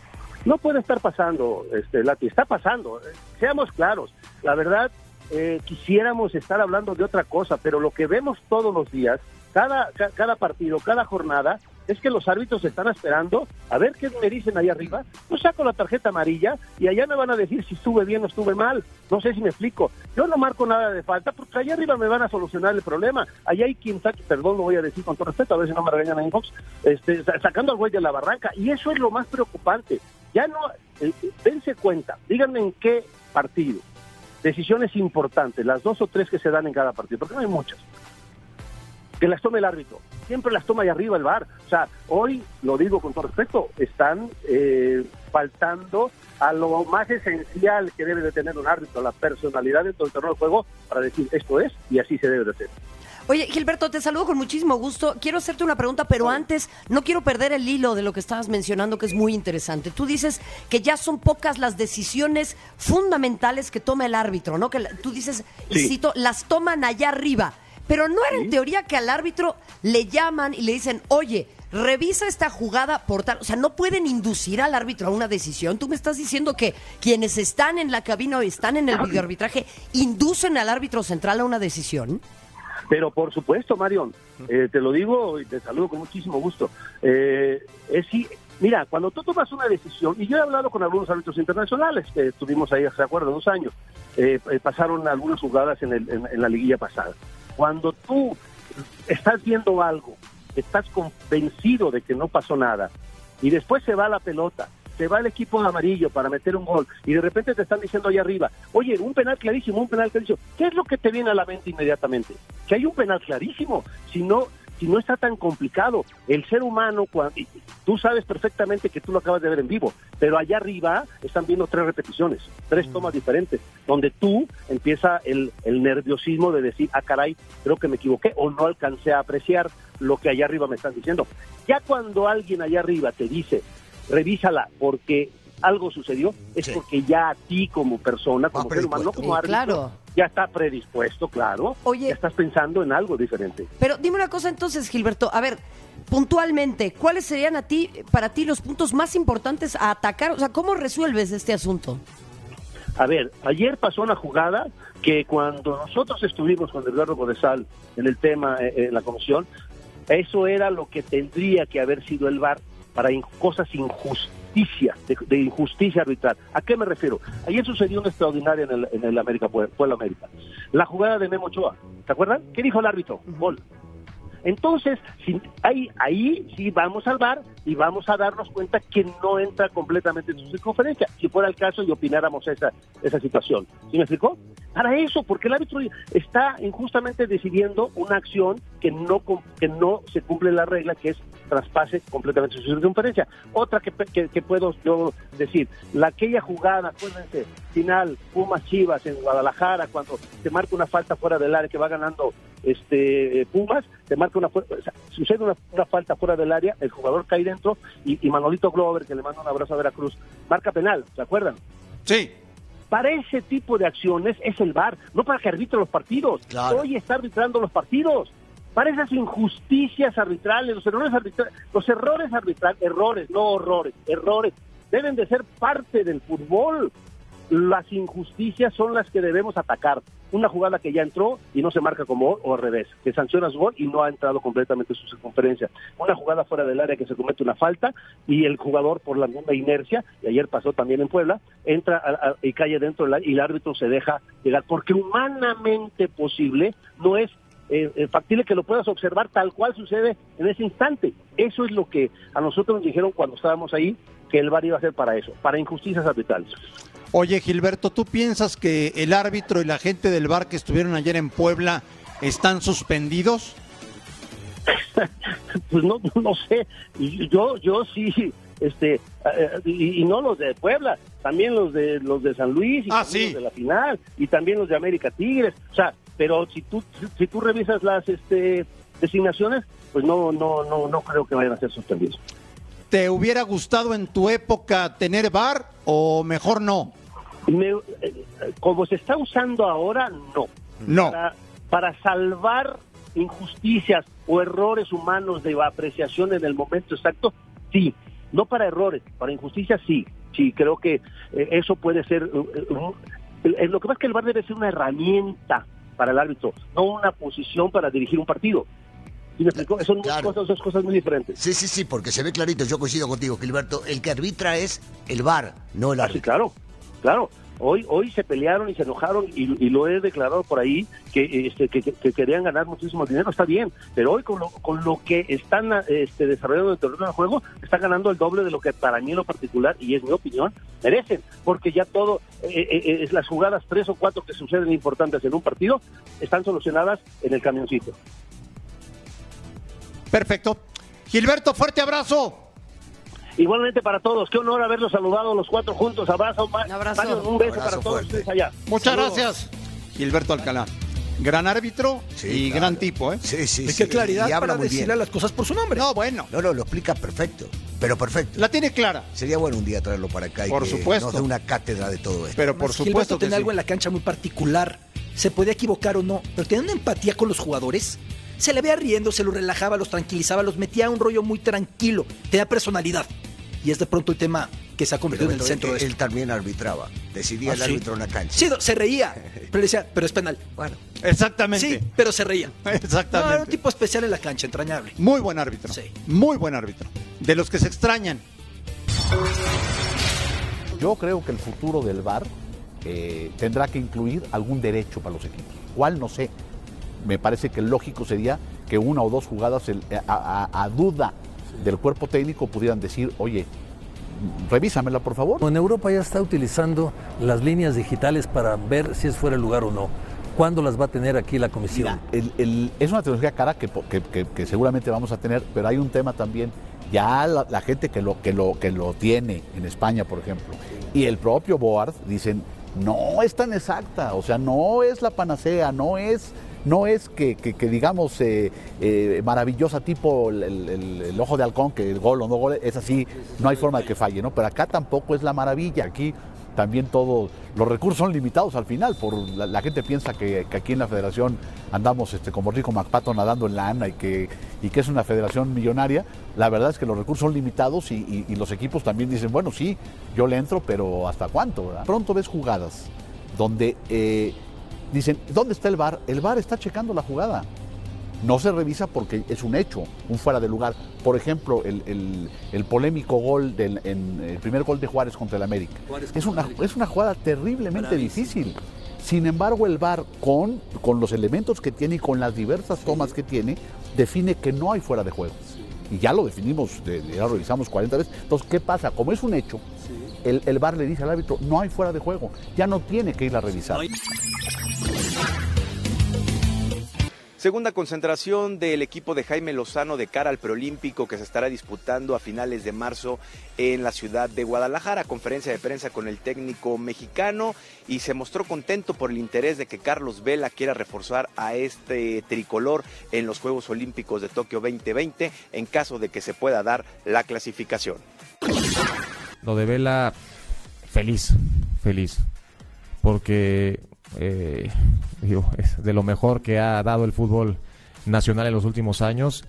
[SPEAKER 2] No puede estar pasando, este, Lati, está pasando. Eh, Seamos claros, la verdad, eh, quisiéramos estar hablando de otra cosa, pero lo que vemos todos los días, cada, ca- cada partido, cada jornada, es que los árbitros están esperando a ver qué me dicen ahí arriba. Yo saco la tarjeta amarilla y allá me van a decir si estuve bien o estuve mal. No sé si me explico. Yo no marco nada de falta porque allá arriba me van a solucionar el problema. Allá hay quien saque, perdón, lo voy a decir con todo respeto, a ver si no me regañan en Fox, este, sa- sacando al güey de la barranca. Y eso es lo más preocupante. Ya no, eh, dense cuenta, díganme en qué partido. Decisiones importantes, las dos o tres que se dan en cada partido, porque no hay muchas. Que las tome el árbitro. Siempre las toma ahí arriba el V A R. O sea, hoy, lo digo con todo respeto, están eh, faltando a lo más esencial que debe de tener un árbitro, la personalidad dentro del terreno de juego, para decir esto es y así se debe de hacer.
[SPEAKER 5] Oye, Gilberto, te saludo con muchísimo gusto. Quiero hacerte una pregunta, pero antes no quiero perder el hilo de lo que estabas mencionando, que es muy interesante. Tú dices que ya son pocas las decisiones fundamentales que toma el árbitro, ¿no? Que la- tú dices, y
[SPEAKER 2] Sí.
[SPEAKER 5] cito, las toman allá arriba. Pero no era en teoría que al árbitro le llaman y le dicen, oye, revisa esta jugada por tal. O sea, no pueden inducir al árbitro a una decisión. Tú me estás diciendo que quienes están en la cabina o están en el videoarbitraje inducen al árbitro central a una decisión.
[SPEAKER 2] Pero por supuesto, Marion, eh, te lo digo y te saludo con muchísimo gusto. Eh, es sí, mira, cuando tú tomas una decisión, y yo he hablado con algunos árbitros internacionales, que estuvimos ahí, ¿se acuerdan? Dos años, eh, eh, pasaron algunas jugadas en, el, en, en la liguilla pasada. Cuando tú estás viendo algo, estás convencido de que no pasó nada, y después se va la pelota, se va el equipo de amarillo para meter un gol y de repente te están diciendo allá arriba, oye, un penal clarísimo, un penal clarísimo, ¿qué es lo que te viene a la mente inmediatamente? Que hay un penal clarísimo, si no, si no está tan complicado. El ser humano, cuando, tú sabes perfectamente que tú lo acabas de ver en vivo, pero allá arriba están viendo tres repeticiones, tres tomas diferentes, donde tú empieza el, el nerviosismo de decir, ah, caray, creo que me equivoqué o no alcancé a apreciar lo que allá arriba me están diciendo. Ya cuando alguien allá arriba te dice, revísala porque algo sucedió, es sí. porque ya a ti como persona, como ser humano, no como
[SPEAKER 5] sí,
[SPEAKER 2] árbitro,
[SPEAKER 5] claro.
[SPEAKER 2] ya está predispuesto, claro.
[SPEAKER 5] Oye,
[SPEAKER 2] ya estás pensando en algo diferente.
[SPEAKER 5] Pero dime una cosa entonces, Gilberto, a ver, puntualmente, ¿cuáles serían a ti, para ti los puntos más importantes a atacar? O sea, ¿cómo resuelves este asunto?
[SPEAKER 2] A ver, ayer pasó una jugada que cuando nosotros estuvimos con Eduardo Godesal en el tema, eh, en la comisión, eso era lo que tendría que haber sido el V A R para in- cosas injusticia, de, de injusticia arbitral. ¿A qué me refiero? Ayer sucedió una extraordinaria en el, en el América, Puebla América. La jugada de Memo Ochoa, ¿se acuerdan? ¿Qué dijo el árbitro? Gol. Entonces, si, ahí, ahí sí vamos al V A R y vamos a darnos cuenta que no entra completamente en su circunferencia, si fuera el caso y opináramos esa, esa situación. ¿Sí me explicó? Para eso, porque el árbitro está injustamente decidiendo una acción que no, que no se cumple la regla, que es traspase completamente su circunferencia. Otra que, que, que puedo yo decir, la aquella jugada, acuérdense, final, Pumas Chivas en Guadalajara, cuando se marca una falta fuera del área que va ganando este Pumas, se marca una, o sea, sucede una, una falta fuera del área, el jugador cae dentro y, y Manolito Glover, que le manda un abrazo a Veracruz, marca penal, ¿se acuerdan?
[SPEAKER 4] Sí.
[SPEAKER 2] Para ese tipo de acciones es el V A R, no para que arbitre los partidos.
[SPEAKER 7] Claro.
[SPEAKER 2] Hoy está arbitrando los partidos. Para esas injusticias arbitrales, los errores arbitrales, los errores arbitrales, errores, no horrores, errores, deben de ser parte del fútbol. Las injusticias son las que debemos atacar. Una jugada que ya entró y no se marca como gol, o al revés, que sancionas gol y no ha entrado completamente en su circunferencia. Una jugada fuera del área que se comete una falta y el jugador por la misma inercia, y ayer pasó también en Puebla, entra a, a, y cae dentro del área y el árbitro se deja llegar, porque humanamente posible no es eh, eh, factible que lo puedas observar tal cual sucede en ese instante. Eso es lo que a nosotros nos dijeron cuando estábamos ahí, que el V A R iba a ser para eso, para injusticias arbitrales.
[SPEAKER 4] Oye, Gilberto, ¿tú piensas que el árbitro y la gente del V A R que estuvieron ayer en Puebla están suspendidos?
[SPEAKER 2] Pues no, no sé. Yo, yo sí, este, y, y no los de Puebla, también los de los de San Luis y
[SPEAKER 4] ah,
[SPEAKER 2] también
[SPEAKER 4] sí.
[SPEAKER 2] los de la final y también los de América Tigres. O sea, pero si tú, si tú revisas las, este, designaciones, pues no, no, no, no creo que vayan a ser suspendidos.
[SPEAKER 4] ¿Te hubiera gustado en tu época tener V A R o mejor no?
[SPEAKER 2] Me, eh, como se está usando ahora, no.
[SPEAKER 4] No.
[SPEAKER 2] Para, para salvar injusticias o errores humanos de apreciación en el momento exacto, sí. No para errores, para injusticias, sí. Sí, creo que eh, eso puede ser... Uh, uh, uh, lo que pasa es que el V A R debe ser una herramienta para el árbitro, no una posición para dirigir un partido. ¿Sí me explico? Son
[SPEAKER 7] Claro.
[SPEAKER 2] cosas, dos cosas muy diferentes.
[SPEAKER 7] Sí, sí, sí, porque se ve clarito, yo coincido contigo, Gilberto, el que arbitra es el V A R, no el
[SPEAKER 2] Ah, sí,
[SPEAKER 7] árbitro.
[SPEAKER 2] claro, claro. Hoy hoy se pelearon y se enojaron y, y lo he declarado por ahí que, este, que, que, que querían ganar muchísimo dinero, está bien, pero hoy con lo, con lo que están este, desarrollando el terreno de juego, están ganando el doble de lo que para mí en lo particular, y es mi opinión, merecen, porque ya todo, eh, eh, eh, las jugadas tres o cuatro que suceden importantes en un partido, están solucionadas en el camioncito.
[SPEAKER 4] Perfecto. Gilberto, fuerte abrazo.
[SPEAKER 2] Igualmente para todos, qué honor haberlos saludado los cuatro juntos. Abrazo,
[SPEAKER 5] Un abrazo.
[SPEAKER 2] Mario, un beso
[SPEAKER 7] Abrazo
[SPEAKER 2] para todos
[SPEAKER 7] fuerte.
[SPEAKER 2] ustedes allá.
[SPEAKER 4] Muchas
[SPEAKER 2] Saludos.
[SPEAKER 4] gracias. Gilberto Alcalá. Gran árbitro
[SPEAKER 7] Sí,
[SPEAKER 4] y
[SPEAKER 7] claro.
[SPEAKER 4] gran tipo, ¿eh?
[SPEAKER 7] Sí, sí,
[SPEAKER 6] Es
[SPEAKER 7] sí.
[SPEAKER 6] que claridad
[SPEAKER 7] y habla
[SPEAKER 6] para
[SPEAKER 7] muy
[SPEAKER 6] decirle
[SPEAKER 7] bien.
[SPEAKER 6] las cosas por su nombre.
[SPEAKER 4] No, bueno.
[SPEAKER 7] No, no, lo explica perfecto, pero perfecto.
[SPEAKER 4] La tiene clara,
[SPEAKER 7] Sería bueno un día traerlo para acá y
[SPEAKER 4] Por
[SPEAKER 7] que
[SPEAKER 4] supuesto.
[SPEAKER 7] nos dé una cátedra de todo esto.
[SPEAKER 4] pero por
[SPEAKER 6] Además,
[SPEAKER 4] supuesto
[SPEAKER 6] Gilberto
[SPEAKER 4] que
[SPEAKER 6] tenía
[SPEAKER 4] sí.
[SPEAKER 6] algo en la cancha muy particular. Se podía equivocar o no, pero tenía una empatía con los jugadores. Se le veía riendo, se los relajaba, los tranquilizaba, los metía a un rollo muy tranquilo. Tenía personalidad. Y es de pronto el tema que se ha convertido
[SPEAKER 7] Pero
[SPEAKER 6] en el
[SPEAKER 7] Beto,
[SPEAKER 6] centro
[SPEAKER 7] él,
[SPEAKER 6] de
[SPEAKER 7] él
[SPEAKER 6] esto.
[SPEAKER 7] también arbitraba, decidía
[SPEAKER 6] ¿Ah,
[SPEAKER 7] el
[SPEAKER 6] sí?
[SPEAKER 7] árbitro en la cancha.
[SPEAKER 6] Sí, no, se reía, pero le decía, pero es penal.
[SPEAKER 7] Bueno,
[SPEAKER 4] Exactamente.
[SPEAKER 6] Sí, pero se reía.
[SPEAKER 4] Exactamente.
[SPEAKER 6] No, era un tipo especial en la cancha, entrañable.
[SPEAKER 4] Muy buen árbitro.
[SPEAKER 6] Sí.
[SPEAKER 4] Muy buen árbitro. De los que se extrañan.
[SPEAKER 8] Yo creo que el futuro del V A R eh, tendrá que incluir algún derecho para los equipos. ¿Cuál? No sé. Me parece que lógico sería que una o dos jugadas el- a, a- a duda del cuerpo técnico pudieran decir, oye, revísamela, por favor.
[SPEAKER 9] En Europa ya está utilizando las líneas digitales para ver si es fuera de lugar o no. ¿Cuándo las va a tener aquí la comisión?
[SPEAKER 8] Mira, el, el, es una tecnología cara que, que, que, que seguramente vamos a tener, pero hay un tema también. Ya la, la gente que lo, que, lo, que lo tiene en España, por ejemplo, y el propio Board dicen, no es tan exacta, o sea, no es la panacea, no es... No es que, que, que digamos, eh, eh, maravillosa tipo el, el, el ojo de halcón, que el gol o no gol, es así, no hay forma de que falle, ¿no? Pero acá tampoco es la maravilla, aquí también todos los recursos son limitados al final, por la, la gente piensa que, que aquí en la federación andamos este, como Rico McPato nadando en la ANA y que, y que es una federación millonaria. La verdad es que los recursos son limitados y, y, y los equipos también dicen, bueno, sí, yo le entro, pero ¿hasta cuánto? ¿Verdad? Pronto ves jugadas donde... Eh, Dicen, ¿dónde está el V A R? El V A R está checando la jugada. No se revisa porque es un hecho, un fuera de lugar. Por ejemplo, el, el, el polémico gol, del, en, el primer gol de Juárez contra el América. Es una, es una jugada terriblemente difícil. Sin embargo, el V A R, con, con los elementos que tiene y con las diversas tomas que tiene, define que no hay fuera de juego. Y ya lo definimos, ya lo revisamos cuarenta veces. Entonces, ¿qué pasa? Como es un hecho, el, el V A R le dice al árbitro, no hay fuera de juego. Ya no tiene que ir a revisar.
[SPEAKER 10] Segunda concentración del equipo de Jaime Lozano de cara al preolímpico que se estará disputando a finales de marzo en la ciudad de Guadalajara. Conferencia de prensa con el técnico mexicano y se mostró contento por el interés de que Carlos Vela quiera reforzar a este tricolor en los Juegos Olímpicos de Tokio veinte veinte en caso de que se pueda dar la clasificación.
[SPEAKER 11] Lo de Vela, feliz, feliz, porque... Eh, digo, es de lo mejor que ha dado el fútbol nacional en los últimos años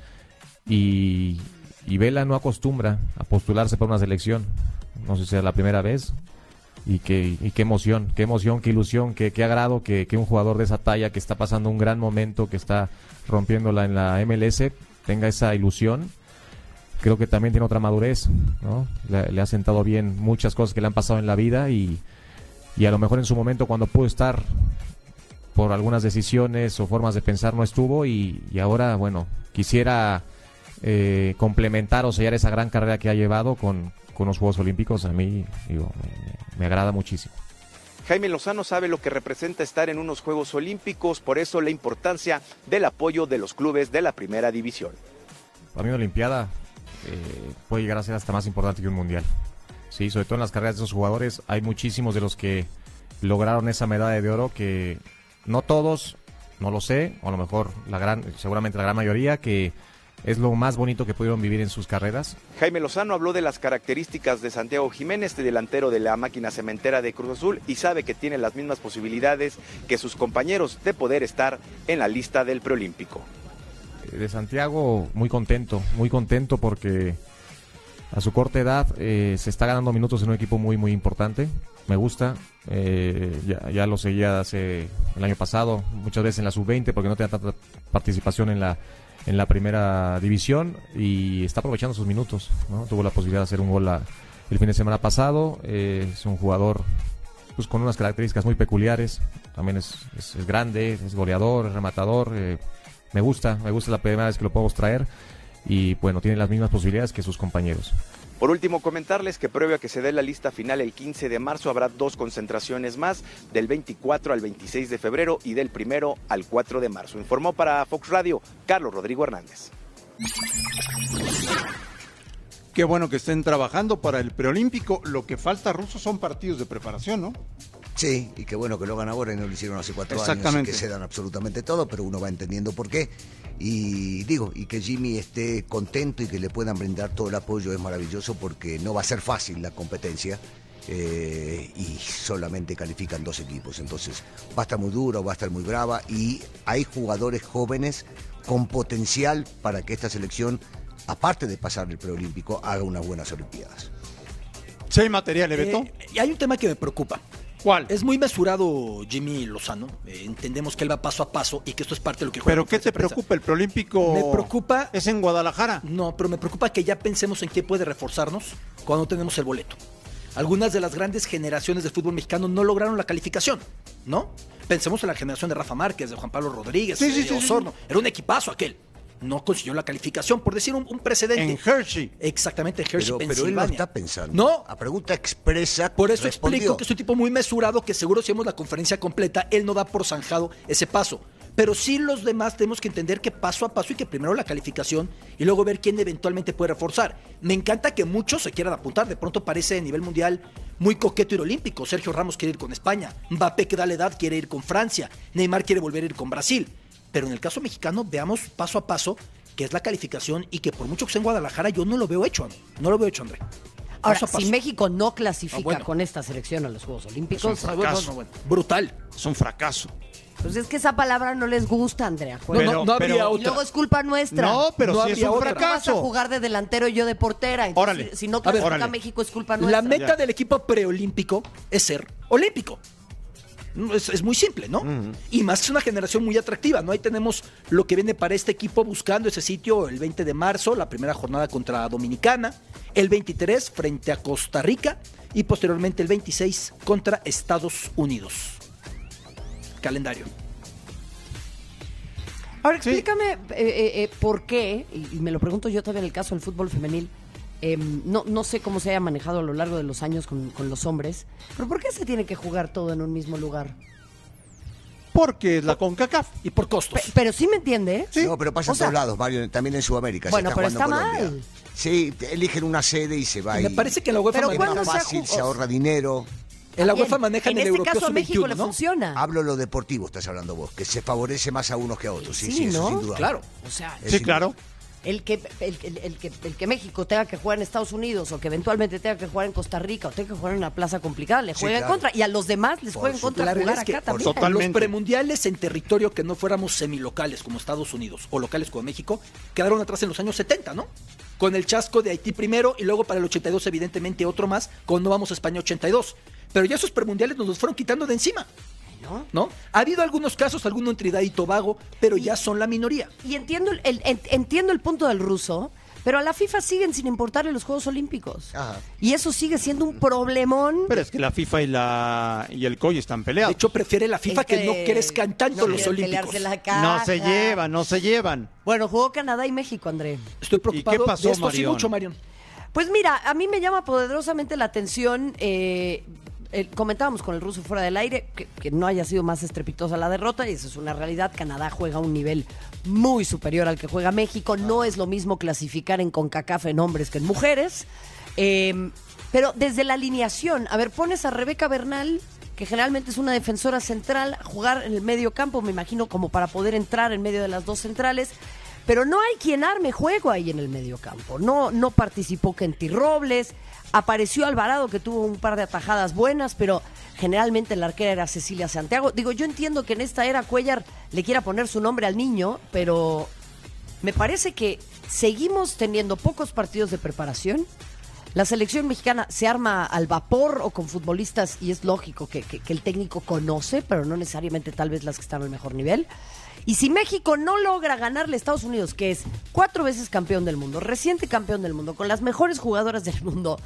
[SPEAKER 11] y, y Vela no acostumbra a postularse para una selección, no sé si es la primera vez y, que, y qué emoción, qué emoción, qué ilusión, qué, qué agrado que, que un jugador de esa talla que está pasando un gran momento, que está rompiéndola en la M L S, tenga esa ilusión. Creo que también tiene otra madurez, ¿no? Le, le ha sentado bien muchas cosas que le han pasado en la vida y Y a lo mejor en su momento cuando pudo estar por algunas decisiones o formas de pensar no estuvo y, y ahora, bueno, quisiera eh, complementar o sellar esa gran carrera que ha llevado con, con los Juegos Olímpicos. A mí, digo, me, me agrada muchísimo.
[SPEAKER 10] Jaime Lozano sabe lo que representa estar en unos Juegos Olímpicos, por eso la importancia del apoyo de los clubes de la primera división.
[SPEAKER 11] Para mí una Olimpiada eh, puede llegar a ser hasta más importante que un Mundial. Sí, sobre todo en las carreras de esos jugadores, hay muchísimos de los que lograron esa medalla de oro que no todos, no lo sé, o a lo mejor la gran, seguramente la gran mayoría, que es lo más bonito que pudieron vivir en sus carreras.
[SPEAKER 10] Jaime Lozano habló de las características de Santiago Jiménez, de delantero de la máquina cementera de Cruz Azul, y sabe que tiene las mismas posibilidades que sus compañeros de poder estar en la lista del preolímpico.
[SPEAKER 11] De Santiago, muy contento, muy contento porque a su corta edad eh, se está ganando minutos en un equipo muy muy importante. Me gusta, eh, ya, ya lo seguía hace el año pasado, muchas veces en la sub veinte porque no tenía tanta participación en la en la primera división y está aprovechando sus minutos, ¿no? Tuvo la posibilidad de hacer un gol la, el fin de semana pasado. Eh, es un jugador pues con unas características muy peculiares, también es, es, es grande, es goleador, es rematador. Eh, me gusta, me gusta la primera vez que lo podemos traer. Y bueno, tiene las mismas posibilidades que sus compañeros.
[SPEAKER 10] Por último, comentarles que previo a que se dé la lista final el quince de marzo habrá dos concentraciones más, del veinticuatro al veintiséis de febrero y del primero al cuatro de marzo. Informó para Fox Radio Carlos Rodrigo Hernández.
[SPEAKER 4] Qué bueno que estén trabajando para el preolímpico. Lo que falta, Russo, son partidos de preparación, ¿no?
[SPEAKER 7] Sí, y qué bueno que lo hagan ahora y no lo hicieron hace cuatro
[SPEAKER 4] Exactamente.
[SPEAKER 7] años, y que se dan absolutamente todo, pero uno va entendiendo por qué. Y digo, y que Jimmy esté contento y que le puedan brindar todo el apoyo es maravilloso porque no va a ser fácil la competencia eh, y solamente califican dos equipos. Entonces va a estar muy duro, va a estar muy brava y hay jugadores jóvenes con potencial para que esta selección, aparte de pasar el preolímpico, haga unas buenas olimpiadas.
[SPEAKER 4] ¿Sí hay material, Beto?
[SPEAKER 6] Eh, y hay un tema que me preocupa.
[SPEAKER 4] ¿Cuál?
[SPEAKER 6] Es muy mesurado Jimmy Lozano. Eh, entendemos que él va paso a paso y que esto es parte de lo que juega.
[SPEAKER 4] ¿Pero qué te preocupa? ¿El preolímpico
[SPEAKER 6] me preocupa,
[SPEAKER 4] es en Guadalajara?
[SPEAKER 6] No, pero me preocupa que ya pensemos en qué puede reforzarnos cuando no tenemos el boleto. Algunas de las grandes generaciones del fútbol mexicano no lograron la calificación, ¿no? Pensemos en la generación de Rafa Márquez, de Juan Pablo Rodríguez,
[SPEAKER 4] sí, sí,
[SPEAKER 6] de
[SPEAKER 4] sí,
[SPEAKER 6] Osorno.
[SPEAKER 4] sí.
[SPEAKER 6] Era un equipazo aquel. no consiguió la calificación, por decir un, un precedente.
[SPEAKER 4] En Hershey.
[SPEAKER 6] Exactamente, en Hershey,
[SPEAKER 7] Pero, pero él
[SPEAKER 6] Pensilvania.
[SPEAKER 7] no está pensando.
[SPEAKER 6] No.
[SPEAKER 7] A pregunta expresa.
[SPEAKER 6] Por eso
[SPEAKER 7] respondió.
[SPEAKER 6] explico que es un tipo muy mesurado, que seguro si vemos la conferencia completa, él no da por zanjado ese paso. Pero sí los demás tenemos que entender que paso a paso y que primero la calificación y luego ver quién eventualmente puede reforzar. Me encanta que muchos se quieran apuntar. De pronto parece a nivel mundial muy coqueto ir olímpico. Sergio Ramos quiere ir con España. Mbappé, que da la edad, quiere ir con Francia. Neymar quiere volver a ir con Brasil. Pero en el caso mexicano, veamos paso a paso qué es la calificación y que por mucho que sea en Guadalajara, yo no lo veo hecho. No lo veo hecho, André.
[SPEAKER 5] Ahora,
[SPEAKER 6] Paso a paso.
[SPEAKER 5] si México no clasifica
[SPEAKER 6] Ah, bueno.
[SPEAKER 5] con esta selección a los Juegos Olímpicos,
[SPEAKER 4] Es un fracaso.
[SPEAKER 6] No, no, bueno. Brutal.
[SPEAKER 4] Es un fracaso.
[SPEAKER 5] pues es que esa palabra no les gusta, Andrea.
[SPEAKER 6] No, no, no habría
[SPEAKER 4] pero-
[SPEAKER 5] Y
[SPEAKER 6] otra.
[SPEAKER 5] luego es culpa nuestra.
[SPEAKER 4] No, pero
[SPEAKER 6] No
[SPEAKER 4] sí es
[SPEAKER 6] habría
[SPEAKER 4] un
[SPEAKER 6] otra.
[SPEAKER 5] ¿Cómo vas a
[SPEAKER 4] fracaso.
[SPEAKER 5] jugar de delantero y yo de portera? Entonces,
[SPEAKER 4] Órale.
[SPEAKER 5] Si, si no
[SPEAKER 6] A ver,
[SPEAKER 5] clasifica
[SPEAKER 4] órale.
[SPEAKER 5] México es culpa nuestra.
[SPEAKER 6] La meta
[SPEAKER 4] Ya.
[SPEAKER 6] del equipo preolímpico es ser olímpico. Es, es muy simple, ¿no? Y más es una generación muy atractiva, ¿no? Ahí tenemos lo que viene para este equipo buscando ese sitio el veinte de marzo, la primera jornada contra Dominicana, el veintitrés frente a Costa Rica y posteriormente el veintiséis contra Estados Unidos. Calendario.
[SPEAKER 5] Ahora explícame eh, eh, eh, por qué, y, y me lo pregunto yo también en el caso del fútbol femenil, eh, no, no sé cómo se haya manejado a lo largo de los años con, con los hombres, pero ¿por qué se tiene que jugar todo en un mismo lugar?
[SPEAKER 4] Porque es la CONCACAF.
[SPEAKER 6] Y por costos.
[SPEAKER 5] Pe- pero sí me entiende, ¿eh?
[SPEAKER 7] No, pero pasa
[SPEAKER 5] O
[SPEAKER 7] en
[SPEAKER 5] sea,
[SPEAKER 7] todos lados, Mario, también en Sudamérica. se
[SPEAKER 5] Bueno, pero
[SPEAKER 7] jugando
[SPEAKER 5] está
[SPEAKER 7] Colombia.
[SPEAKER 5] mal.
[SPEAKER 7] Sí, eligen una sede y se va.
[SPEAKER 6] Y me
[SPEAKER 7] y
[SPEAKER 6] parece que en la UEFA
[SPEAKER 5] Pero
[SPEAKER 7] es
[SPEAKER 6] maneja,
[SPEAKER 5] ¿cuándo
[SPEAKER 7] más
[SPEAKER 5] se ha
[SPEAKER 7] fácil,
[SPEAKER 5] jugado?
[SPEAKER 7] se ahorra dinero.
[SPEAKER 6] en la
[SPEAKER 5] Bien,
[SPEAKER 6] UEFA manejan
[SPEAKER 5] en
[SPEAKER 6] el
[SPEAKER 5] este
[SPEAKER 6] europeo
[SPEAKER 5] caso a México
[SPEAKER 6] sub
[SPEAKER 5] le
[SPEAKER 6] veintiuno, ¿no?
[SPEAKER 5] funciona.
[SPEAKER 7] Hablo lo deportivo, estás hablando vos, que se favorece más a unos que a otros. Sí,
[SPEAKER 5] Sí,
[SPEAKER 7] sí, eso
[SPEAKER 5] ¿no?
[SPEAKER 7] sin duda.
[SPEAKER 6] Claro.
[SPEAKER 5] O sea,
[SPEAKER 7] Es
[SPEAKER 4] Sí,
[SPEAKER 7] sin
[SPEAKER 4] claro.
[SPEAKER 7] duda.
[SPEAKER 5] el que, el, el- el que, el que México tenga que jugar en Estados Unidos o que eventualmente tenga que jugar en Costa Rica o tenga que jugar en una plaza complicada, le
[SPEAKER 7] Sí,
[SPEAKER 5] juega
[SPEAKER 7] claro.
[SPEAKER 5] en contra. Y a los demás les
[SPEAKER 7] Por
[SPEAKER 5] juega en contra
[SPEAKER 6] La
[SPEAKER 5] jugar
[SPEAKER 6] realidad es que
[SPEAKER 5] acá también.
[SPEAKER 4] por Totalmente.
[SPEAKER 6] los premundiales en territorio que no fuéramos semilocales como Estados Unidos o locales como México quedaron atrás en los años setenta, ¿no? Con el chasco de Haití primero y luego para el ochenta y dos evidentemente otro más cuando vamos a España ochenta y dos. Pero ya esos premundiales nos los fueron quitando de encima,
[SPEAKER 5] ¿no?
[SPEAKER 6] ¿no? Ha habido algunos casos, alguno en Trinidad y Tobago, pero ya son la minoría.
[SPEAKER 5] Y entiendo el, el- el- entiendo el punto del ruso, pero a la FIFA siguen sin importarle los Juegos Olímpicos.
[SPEAKER 7] Ajá.
[SPEAKER 5] Y eso sigue siendo un problemón.
[SPEAKER 4] Pero es que la FIFA y la y el C O I están
[SPEAKER 6] De
[SPEAKER 4] peleados.
[SPEAKER 6] hecho, prefiere la FIFA
[SPEAKER 5] Es
[SPEAKER 6] que, no crezcan tanto
[SPEAKER 5] no
[SPEAKER 6] los
[SPEAKER 5] quieren
[SPEAKER 6] olímpicos.
[SPEAKER 5] pelearse la caja.
[SPEAKER 4] no se llevan, no se llevan.
[SPEAKER 5] Bueno, jugó Canadá y México, André.
[SPEAKER 6] Estoy preocupado
[SPEAKER 4] ¿Y qué pasó,
[SPEAKER 6] de esto sí
[SPEAKER 4] Marión?
[SPEAKER 6] mucho, Marión.
[SPEAKER 5] Pues mira, a mí me llama poderosamente la atención. Eh, el- comentábamos con el ruso fuera del aire que, que no haya sido más estrepitosa la derrota, y eso es una realidad. Canadá juega a un nivel muy superior al que juega México. No es lo mismo clasificar en CONCACAF en hombres que en mujeres. Eh, pero desde la alineación, a ver, pones a Rebeca Bernal, que generalmente es una defensora central, a jugar en el medio campo, me imagino, como para poder entrar en medio de las dos centrales. Pero no hay quien arme juego ahí en el medio campo. No, no participó Kenty Robles, apareció Alvarado, que tuvo un par de atajadas buenas, pero generalmente la arquera era Cecilia Santiago. Digo, yo entiendo que en esta era Cuellar le quiera poner su nombre al niño, pero me parece que seguimos teniendo pocos partidos de preparación. La selección mexicana se arma al vapor o con futbolistas, y es lógico que, que- que el técnico conoce, pero no necesariamente tal vez las que están al mejor nivel. Y si México no logra ganarle a Estados Unidos, que es cuatro veces campeón del mundo, reciente campeón del mundo, con las mejores jugadoras del mundo,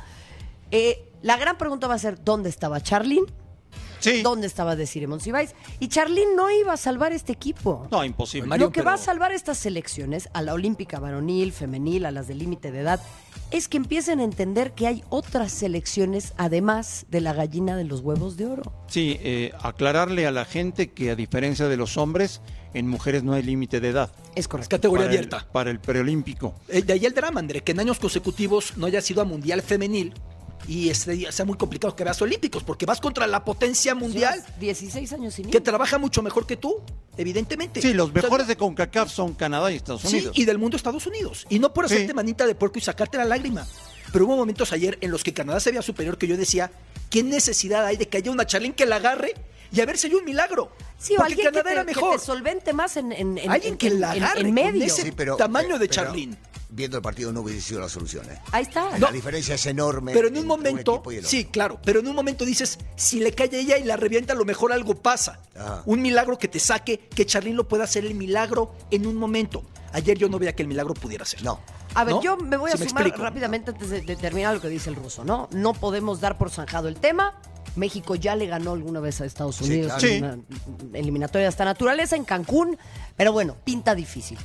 [SPEAKER 5] eh, la gran pregunta va a ser, ¿dónde estaba Charlín?
[SPEAKER 4] Sí.
[SPEAKER 5] ¿Dónde estaba Desiree Monsiváis? Y Charlín no iba a salvar este equipo.
[SPEAKER 4] No, imposible.
[SPEAKER 6] Mario,
[SPEAKER 5] Lo que
[SPEAKER 6] pero-
[SPEAKER 5] va a salvar estas selecciones, a la olímpica varonil, femenil, a las de límite de edad, es que empiecen a entender que hay otras selecciones además de la gallina de los huevos de oro.
[SPEAKER 4] Sí, eh, aclararle a la gente que a diferencia de los hombres, en mujeres no hay límite de edad.
[SPEAKER 5] Es
[SPEAKER 6] Es
[SPEAKER 5] correcto.
[SPEAKER 6] categoría
[SPEAKER 4] para el-
[SPEAKER 6] abierta.
[SPEAKER 4] para el preolímpico.
[SPEAKER 6] Eh, de ahí el drama, André, que en años consecutivos no haya sido a Mundial Femenil y este, sea muy complicado que veas Olímpicos, porque vas contra la potencia mundial
[SPEAKER 5] Llevas dieciséis años sin ir.
[SPEAKER 6] que trabaja mucho mejor que tú, evidentemente.
[SPEAKER 4] Sí, los
[SPEAKER 6] O sea,
[SPEAKER 4] mejores de CONCACAF son Canadá y Estados
[SPEAKER 6] Sí,
[SPEAKER 4] Unidos.
[SPEAKER 6] y del mundo Estados Unidos. Y no por
[SPEAKER 4] Sí.
[SPEAKER 6] hacerte manita de puerco y sacarte la lágrima. Pero hubo momentos ayer en los que Canadá se veía superior, que yo decía, ¿qué necesidad hay de que haya una Charlín que la agarre y a ver si hay un milagro?
[SPEAKER 5] Sí, o
[SPEAKER 6] Porque
[SPEAKER 5] alguien que
[SPEAKER 6] Canadá
[SPEAKER 5] te,
[SPEAKER 6] era
[SPEAKER 5] que
[SPEAKER 6] mejor.
[SPEAKER 5] te solvente más en, en, en-
[SPEAKER 6] Alguien
[SPEAKER 5] en-
[SPEAKER 6] que la
[SPEAKER 5] en-
[SPEAKER 6] agarre
[SPEAKER 5] en
[SPEAKER 6] con
[SPEAKER 5] medio.
[SPEAKER 6] ese-
[SPEAKER 7] Sí, pero,
[SPEAKER 6] tamaño de
[SPEAKER 7] pero,
[SPEAKER 6] Charlín.
[SPEAKER 7] Viendo el partido no hubiese sido la solución. ¿eh?
[SPEAKER 5] Ahí está.
[SPEAKER 6] No.
[SPEAKER 7] La diferencia es enorme.
[SPEAKER 6] Pero en un
[SPEAKER 7] entre
[SPEAKER 6] momento,
[SPEAKER 7] equipo y el otro.
[SPEAKER 6] sí, claro, pero en un momento dices, si le cae a ella y la revienta, a lo mejor algo pasa.
[SPEAKER 7] Ajá.
[SPEAKER 6] Un milagro que te saque, que Charlín lo pueda hacer el milagro en un momento. Ayer yo no veía que el milagro pudiera ser.
[SPEAKER 7] No.
[SPEAKER 5] A ver,
[SPEAKER 6] ¿No?
[SPEAKER 5] yo me voy a
[SPEAKER 6] Si me
[SPEAKER 5] sumar
[SPEAKER 6] explico.
[SPEAKER 5] rápidamente antes de, de terminar lo que dice el ruso, ¿no? No podemos dar por zanjado el tema. México ya le ganó alguna vez a Estados
[SPEAKER 7] Sí,
[SPEAKER 5] Unidos
[SPEAKER 7] claro.
[SPEAKER 5] en una eliminatoria de esta naturaleza en Cancún, pero bueno, pinta difícil.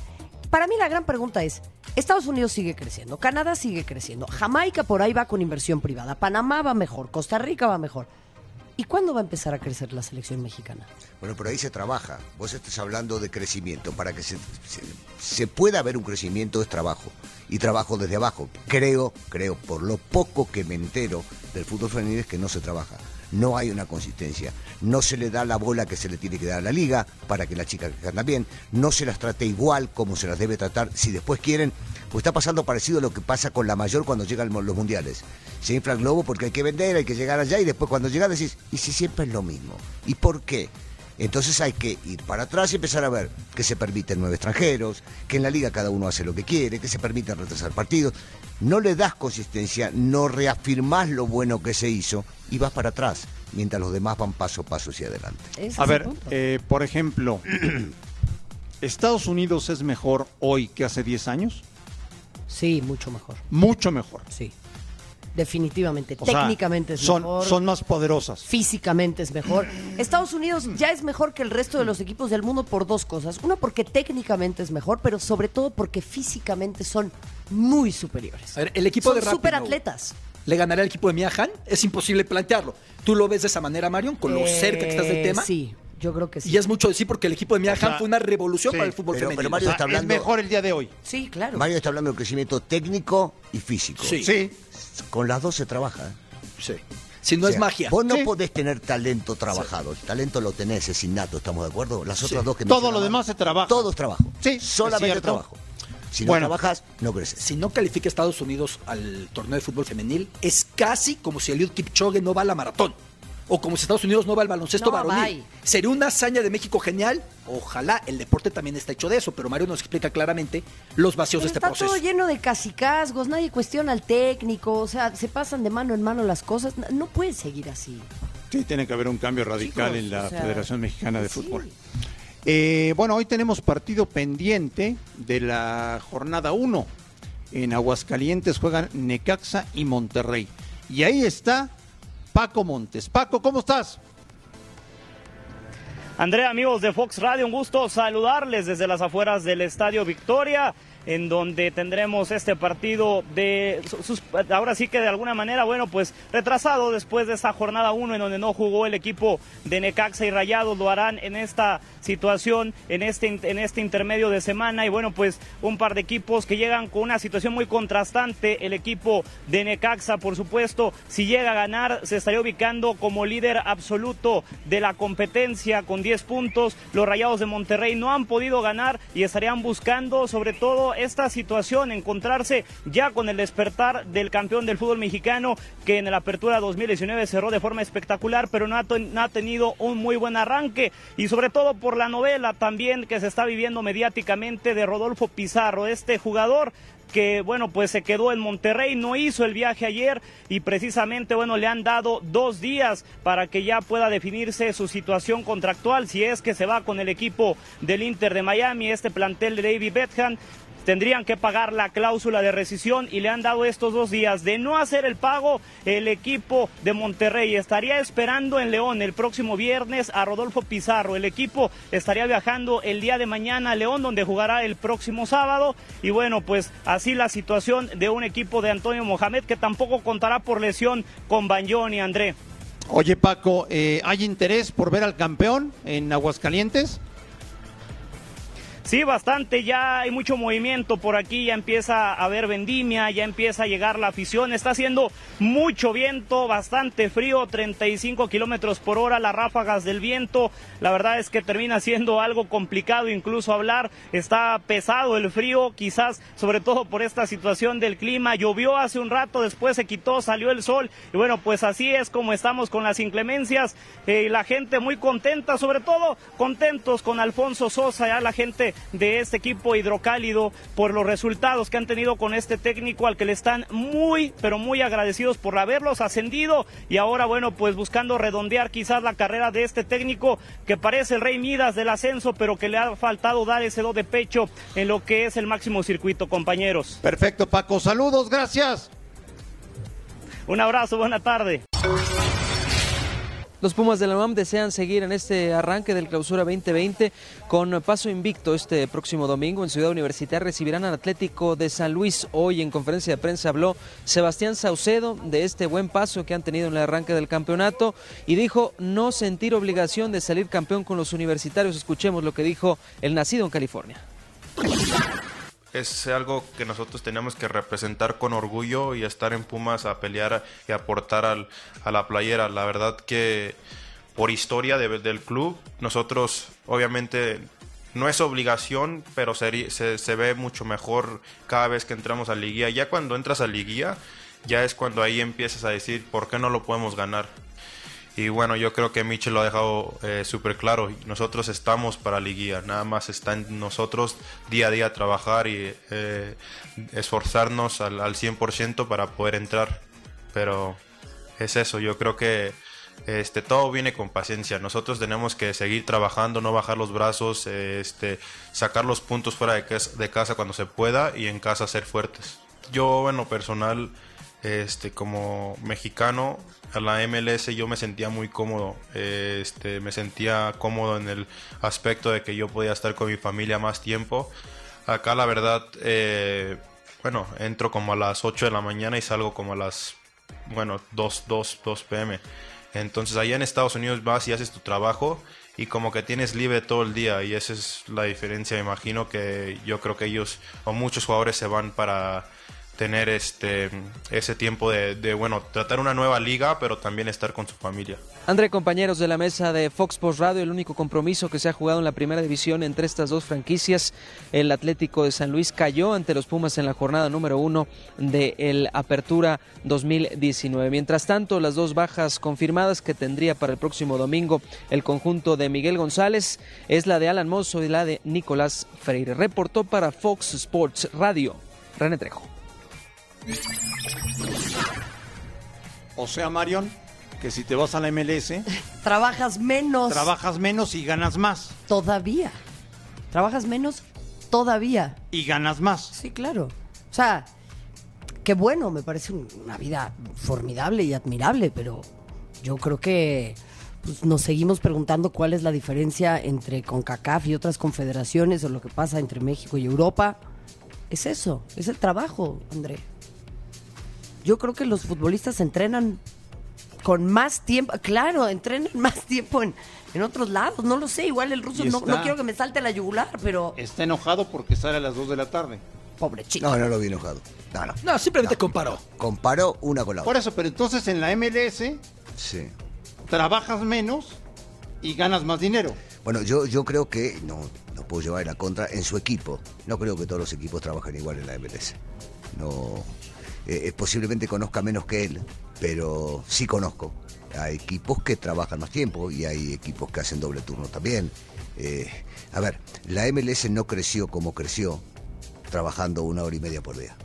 [SPEAKER 5] para mí la gran pregunta es, Estados Unidos sigue creciendo, Canadá sigue creciendo, Jamaica por ahí va con inversión privada, Panamá va mejor, Costa Rica va mejor. ¿Y cuándo va a empezar a crecer la selección mexicana?
[SPEAKER 7] Bueno, por ahí se trabaja. Vos estás hablando de crecimiento. Para que se, se, se pueda ver un crecimiento es trabajo. Y trabajo desde abajo. Creo, creo, por lo poco que me entero del fútbol femenino es que no se trabaja. No hay una consistencia. No se le da la bola que se le tiene que dar a la liga para que las chicas ganen bien. No se las trate igual como se las debe tratar. Si después quieren, pues está pasando parecido a lo que pasa con la mayor cuando llegan los mundiales. Se infla el globo porque hay que vender, hay que llegar allá y después cuando llegas decís, ¿y si siempre es lo mismo? ¿Y por qué? Entonces hay que ir para atrás y empezar a ver que se permiten nueve extranjeros, que en la liga cada uno hace lo que quiere, que se permiten retrasar partidos. No le das consistencia, no reafirmás lo bueno que se hizo y vas para atrás, mientras los demás van paso a paso hacia adelante.
[SPEAKER 4] A ver, eh, por ejemplo, ¿Estados Unidos es mejor hoy que hace diez años?
[SPEAKER 5] Sí, mucho mejor.
[SPEAKER 4] Mucho mejor.
[SPEAKER 5] Sí. Definitivamente,
[SPEAKER 4] o
[SPEAKER 5] técnicamente
[SPEAKER 4] sea,
[SPEAKER 5] es
[SPEAKER 4] son,
[SPEAKER 5] mejor.
[SPEAKER 4] Son más poderosas.
[SPEAKER 5] Físicamente es mejor. Estados Unidos ya es mejor que el resto de los equipos del mundo por dos cosas. Uno, porque técnicamente es mejor, pero sobre todo porque físicamente son muy superiores.
[SPEAKER 6] A ver, el equipo
[SPEAKER 5] son
[SPEAKER 6] de Rapinoe,
[SPEAKER 5] superatletas.
[SPEAKER 6] ¿le ganará el equipo de Mia Hamm? Es imposible plantearlo. ¿Tú lo ves de esa manera, Marion, con lo
[SPEAKER 5] Eh,
[SPEAKER 6] cerca que estás del tema?
[SPEAKER 5] Sí, yo creo que sí.
[SPEAKER 6] Y es mucho decir porque el equipo de Mia
[SPEAKER 4] O sea,
[SPEAKER 6] Hamm fue una revolución
[SPEAKER 4] sí,
[SPEAKER 6] para el fútbol
[SPEAKER 7] pero-
[SPEAKER 6] femenino.
[SPEAKER 7] pero Mario
[SPEAKER 6] O sea,
[SPEAKER 7] está hablando-
[SPEAKER 4] Es mejor el día de hoy.
[SPEAKER 5] Sí, claro.
[SPEAKER 7] Mario está hablando del crecimiento técnico y físico.
[SPEAKER 6] Sí.
[SPEAKER 4] Sí.
[SPEAKER 7] Con las dos se trabaja. ¿eh?
[SPEAKER 6] sí. Si no
[SPEAKER 7] O
[SPEAKER 6] es
[SPEAKER 7] sea,
[SPEAKER 6] magia.
[SPEAKER 7] Vos no
[SPEAKER 4] Sí.
[SPEAKER 7] podés tener talento trabajado. El talento lo tenés, es innato, ¿estamos de acuerdo? Las otras
[SPEAKER 6] Sí.
[SPEAKER 7] dos que
[SPEAKER 4] Todo
[SPEAKER 7] mencionaba,
[SPEAKER 4] lo demás se trabaja.
[SPEAKER 7] Todo es trabajo.
[SPEAKER 4] Sí, es
[SPEAKER 7] Solamente
[SPEAKER 4] cierto.
[SPEAKER 7] trabajo. Si no
[SPEAKER 4] Bueno.
[SPEAKER 7] trabajas, no creces.
[SPEAKER 6] Si no califica Estados Unidos al torneo de fútbol femenil, es casi como si Eliud Kipchoge no va a la maratón. O como si Estados Unidos no va al baloncesto
[SPEAKER 5] No,
[SPEAKER 6] varonil.
[SPEAKER 5] bye.
[SPEAKER 6] Sería una hazaña de México genial. Ojalá, el deporte también está hecho de eso, pero Mario nos explica claramente los vacíos
[SPEAKER 5] Pero
[SPEAKER 6] de este
[SPEAKER 5] está
[SPEAKER 6] proceso.
[SPEAKER 5] todo lleno de cacicazgos, nadie cuestiona al técnico, o sea, se pasan de mano en mano las cosas. No, no puede seguir así.
[SPEAKER 4] Sí, tiene que haber un cambio radical
[SPEAKER 5] Chicos,
[SPEAKER 4] en la
[SPEAKER 5] o sea,
[SPEAKER 4] Federación Mexicana de
[SPEAKER 5] sí.
[SPEAKER 4] Fútbol. Eh, bueno, hoy tenemos partido pendiente de la jornada uno. En Aguascalientes juegan Necaxa y Monterrey. Y ahí está Paco Montes. Paco, ¿cómo estás?
[SPEAKER 12] Andrea, amigos de Fox Radio, un gusto saludarles desde las afueras del Estadio Victoria, en donde tendremos este partido de, sus, ahora sí que de alguna manera, bueno, pues retrasado después de esta jornada uno en donde no jugó el equipo de Necaxa y Rayados. Lo harán en esta situación, en este, en este intermedio de semana, y bueno, pues un par de equipos que llegan con una situación muy contrastante. El equipo de Necaxa, por supuesto, si llega a ganar, se estaría ubicando como líder absoluto de la competencia con diez puntos. Los Rayados de Monterrey no han podido ganar y estarían buscando sobre todo esta situación, encontrarse ya con el despertar del campeón del fútbol mexicano, que en la apertura dos mil diecinueve cerró de forma espectacular, pero no ha, no ha tenido un muy buen arranque, y sobre todo por la novela también que se está viviendo mediáticamente de Rodolfo Pizarro, este jugador que, bueno, pues se quedó en Monterrey, no hizo el viaje ayer y precisamente, bueno, le han dado dos días para que ya pueda definirse su situación contractual, si es que se va con el equipo del Inter de Miami, este plantel de David Beckham. Tendrían que pagar la cláusula de rescisión y le han dado estos dos días. De no hacer el pago, el equipo de Monterrey estaría esperando en León el próximo viernes a Rodolfo Pizarro. El equipo estaría viajando el día de mañana a León, donde jugará el próximo sábado. Y bueno, pues así la situación de un equipo de Antonio Mohamed, que tampoco contará por lesión con Bagnoni, André.
[SPEAKER 4] Oye, Paco, eh, ¿hay interés por ver al campeón en Aguascalientes?
[SPEAKER 12] Sí, bastante, ya hay mucho movimiento por aquí, ya empieza a haber vendimia, ya empieza a llegar la afición, está haciendo mucho viento, bastante frío, treinta y cinco kilómetros por hora, las ráfagas del viento, la verdad es que termina siendo algo complicado incluso hablar, está pesado el frío, quizás sobre todo por esta situación del clima, llovió hace un rato, después se quitó, salió el sol, y bueno, pues así es como estamos con las inclemencias, eh, la gente muy contenta, sobre todo contentos con Alfonso Sosa, ya la gente de este equipo hidrocálido por los resultados que han tenido con este técnico al que le están muy, pero muy agradecidos por haberlos ascendido y ahora, bueno, pues buscando redondear quizás la carrera de este técnico que parece el Rey Midas del ascenso, pero que le ha faltado dar ese do de pecho en lo que es el máximo circuito, compañeros.
[SPEAKER 4] Perfecto, Paco. Saludos, gracias.
[SPEAKER 12] Un abrazo, buena tarde.
[SPEAKER 13] Los Pumas de la UNAM desean seguir en este arranque del Clausura veinte veinte con paso invicto. Este próximo domingo en Ciudad Universitaria recibirán al Atlético de San Luis. Hoy en conferencia de prensa habló Sebastián Saucedo de este buen paso que han tenido en el arranque del campeonato y dijo no sentir obligación de salir campeón con los universitarios. Escuchemos lo que dijo el nacido en California.
[SPEAKER 14] Es algo que nosotros tenemos que representar con orgullo y estar en Pumas a pelear y aportar al, a la playera. La verdad que por historia de, del club, nosotros obviamente no es obligación, pero se, se, se ve mucho mejor cada vez que entramos a liguilla. Ya cuando entras a liguilla, ya es cuando ahí empiezas a decir por qué no lo podemos ganar. Y bueno, yo creo que Michel lo ha dejado eh, súper claro. Nosotros estamos para liguilla. Nada más está en nosotros día a día trabajar y eh, esforzarnos al, al cien por ciento para poder entrar. Pero es eso, yo creo que este, todo viene con paciencia. Nosotros tenemos que seguir trabajando, no bajar los brazos, eh, este, sacar los puntos fuera de casa, de casa cuando se pueda y en casa ser fuertes. Yo en lo personal, este, como mexicano, a la M L S yo me sentía muy cómodo, este, me sentía cómodo en el aspecto de que yo podía estar con mi familia más tiempo. Acá la verdad, eh, bueno, entro como a las ocho de la mañana y salgo como a las, bueno, dos pe eme. Entonces allá en Estados Unidos vas y haces tu trabajo y como que tienes libre todo el día y esa es la diferencia. Me imagino que yo creo que ellos o muchos jugadores se van para tener este ese tiempo de, de, bueno, tratar una nueva liga, pero también estar con su familia.
[SPEAKER 13] André, compañeros de la mesa de Fox Sports Radio, el único compromiso que se ha jugado en la primera división entre estas dos franquicias, el Atlético de San Luis cayó ante los Pumas en la jornada número uno de el Apertura dos mil diecinueve. Mientras tanto, las dos bajas confirmadas que tendría para el próximo domingo el conjunto de Miguel González es la de Alan Mozo y la de Nicolás Freire. Reportó para Fox Sports Radio, René Trejo.
[SPEAKER 4] O sea, Marion, que si te vas a la M L S,
[SPEAKER 5] trabajas menos.
[SPEAKER 4] Trabajas menos y ganas más.
[SPEAKER 5] Todavía. Trabajas menos todavía.
[SPEAKER 4] Y ganas más.
[SPEAKER 5] Sí, claro. O sea, qué bueno, me parece una vida formidable y admirable, pero yo creo que pues, nos seguimos preguntando cuál es la diferencia entre CONCACAF y otras confederaciones o lo que pasa entre México y Europa. Es eso, es el trabajo, André. Yo creo que los futbolistas entrenan con más tiempo, claro, entrenan más tiempo en, en otros lados, no lo sé, igual el ruso, no, no quiero que me salte la yugular, pero...
[SPEAKER 4] Está enojado porque sale a las dos de la tarde.
[SPEAKER 5] Pobre chico.
[SPEAKER 7] No, no lo vi enojado. No, no.
[SPEAKER 6] No, simplemente
[SPEAKER 7] no,
[SPEAKER 6] comparó.
[SPEAKER 7] No. Comparó una con la otra.
[SPEAKER 4] Por eso, pero entonces en la M L S
[SPEAKER 7] sí.
[SPEAKER 4] trabajas menos y ganas más dinero.
[SPEAKER 7] Bueno, yo, yo creo que, no, no puedo llevar en la contra, en su equipo, no creo que todos los equipos trabajen igual en la M L S. No... Eh, posiblemente conozca menos que él, pero sí conozco. Hay equipos que trabajan más tiempo y hay equipos que hacen doble turno también. Eh, a ver, la M L S no creció como creció trabajando una hora y media por día.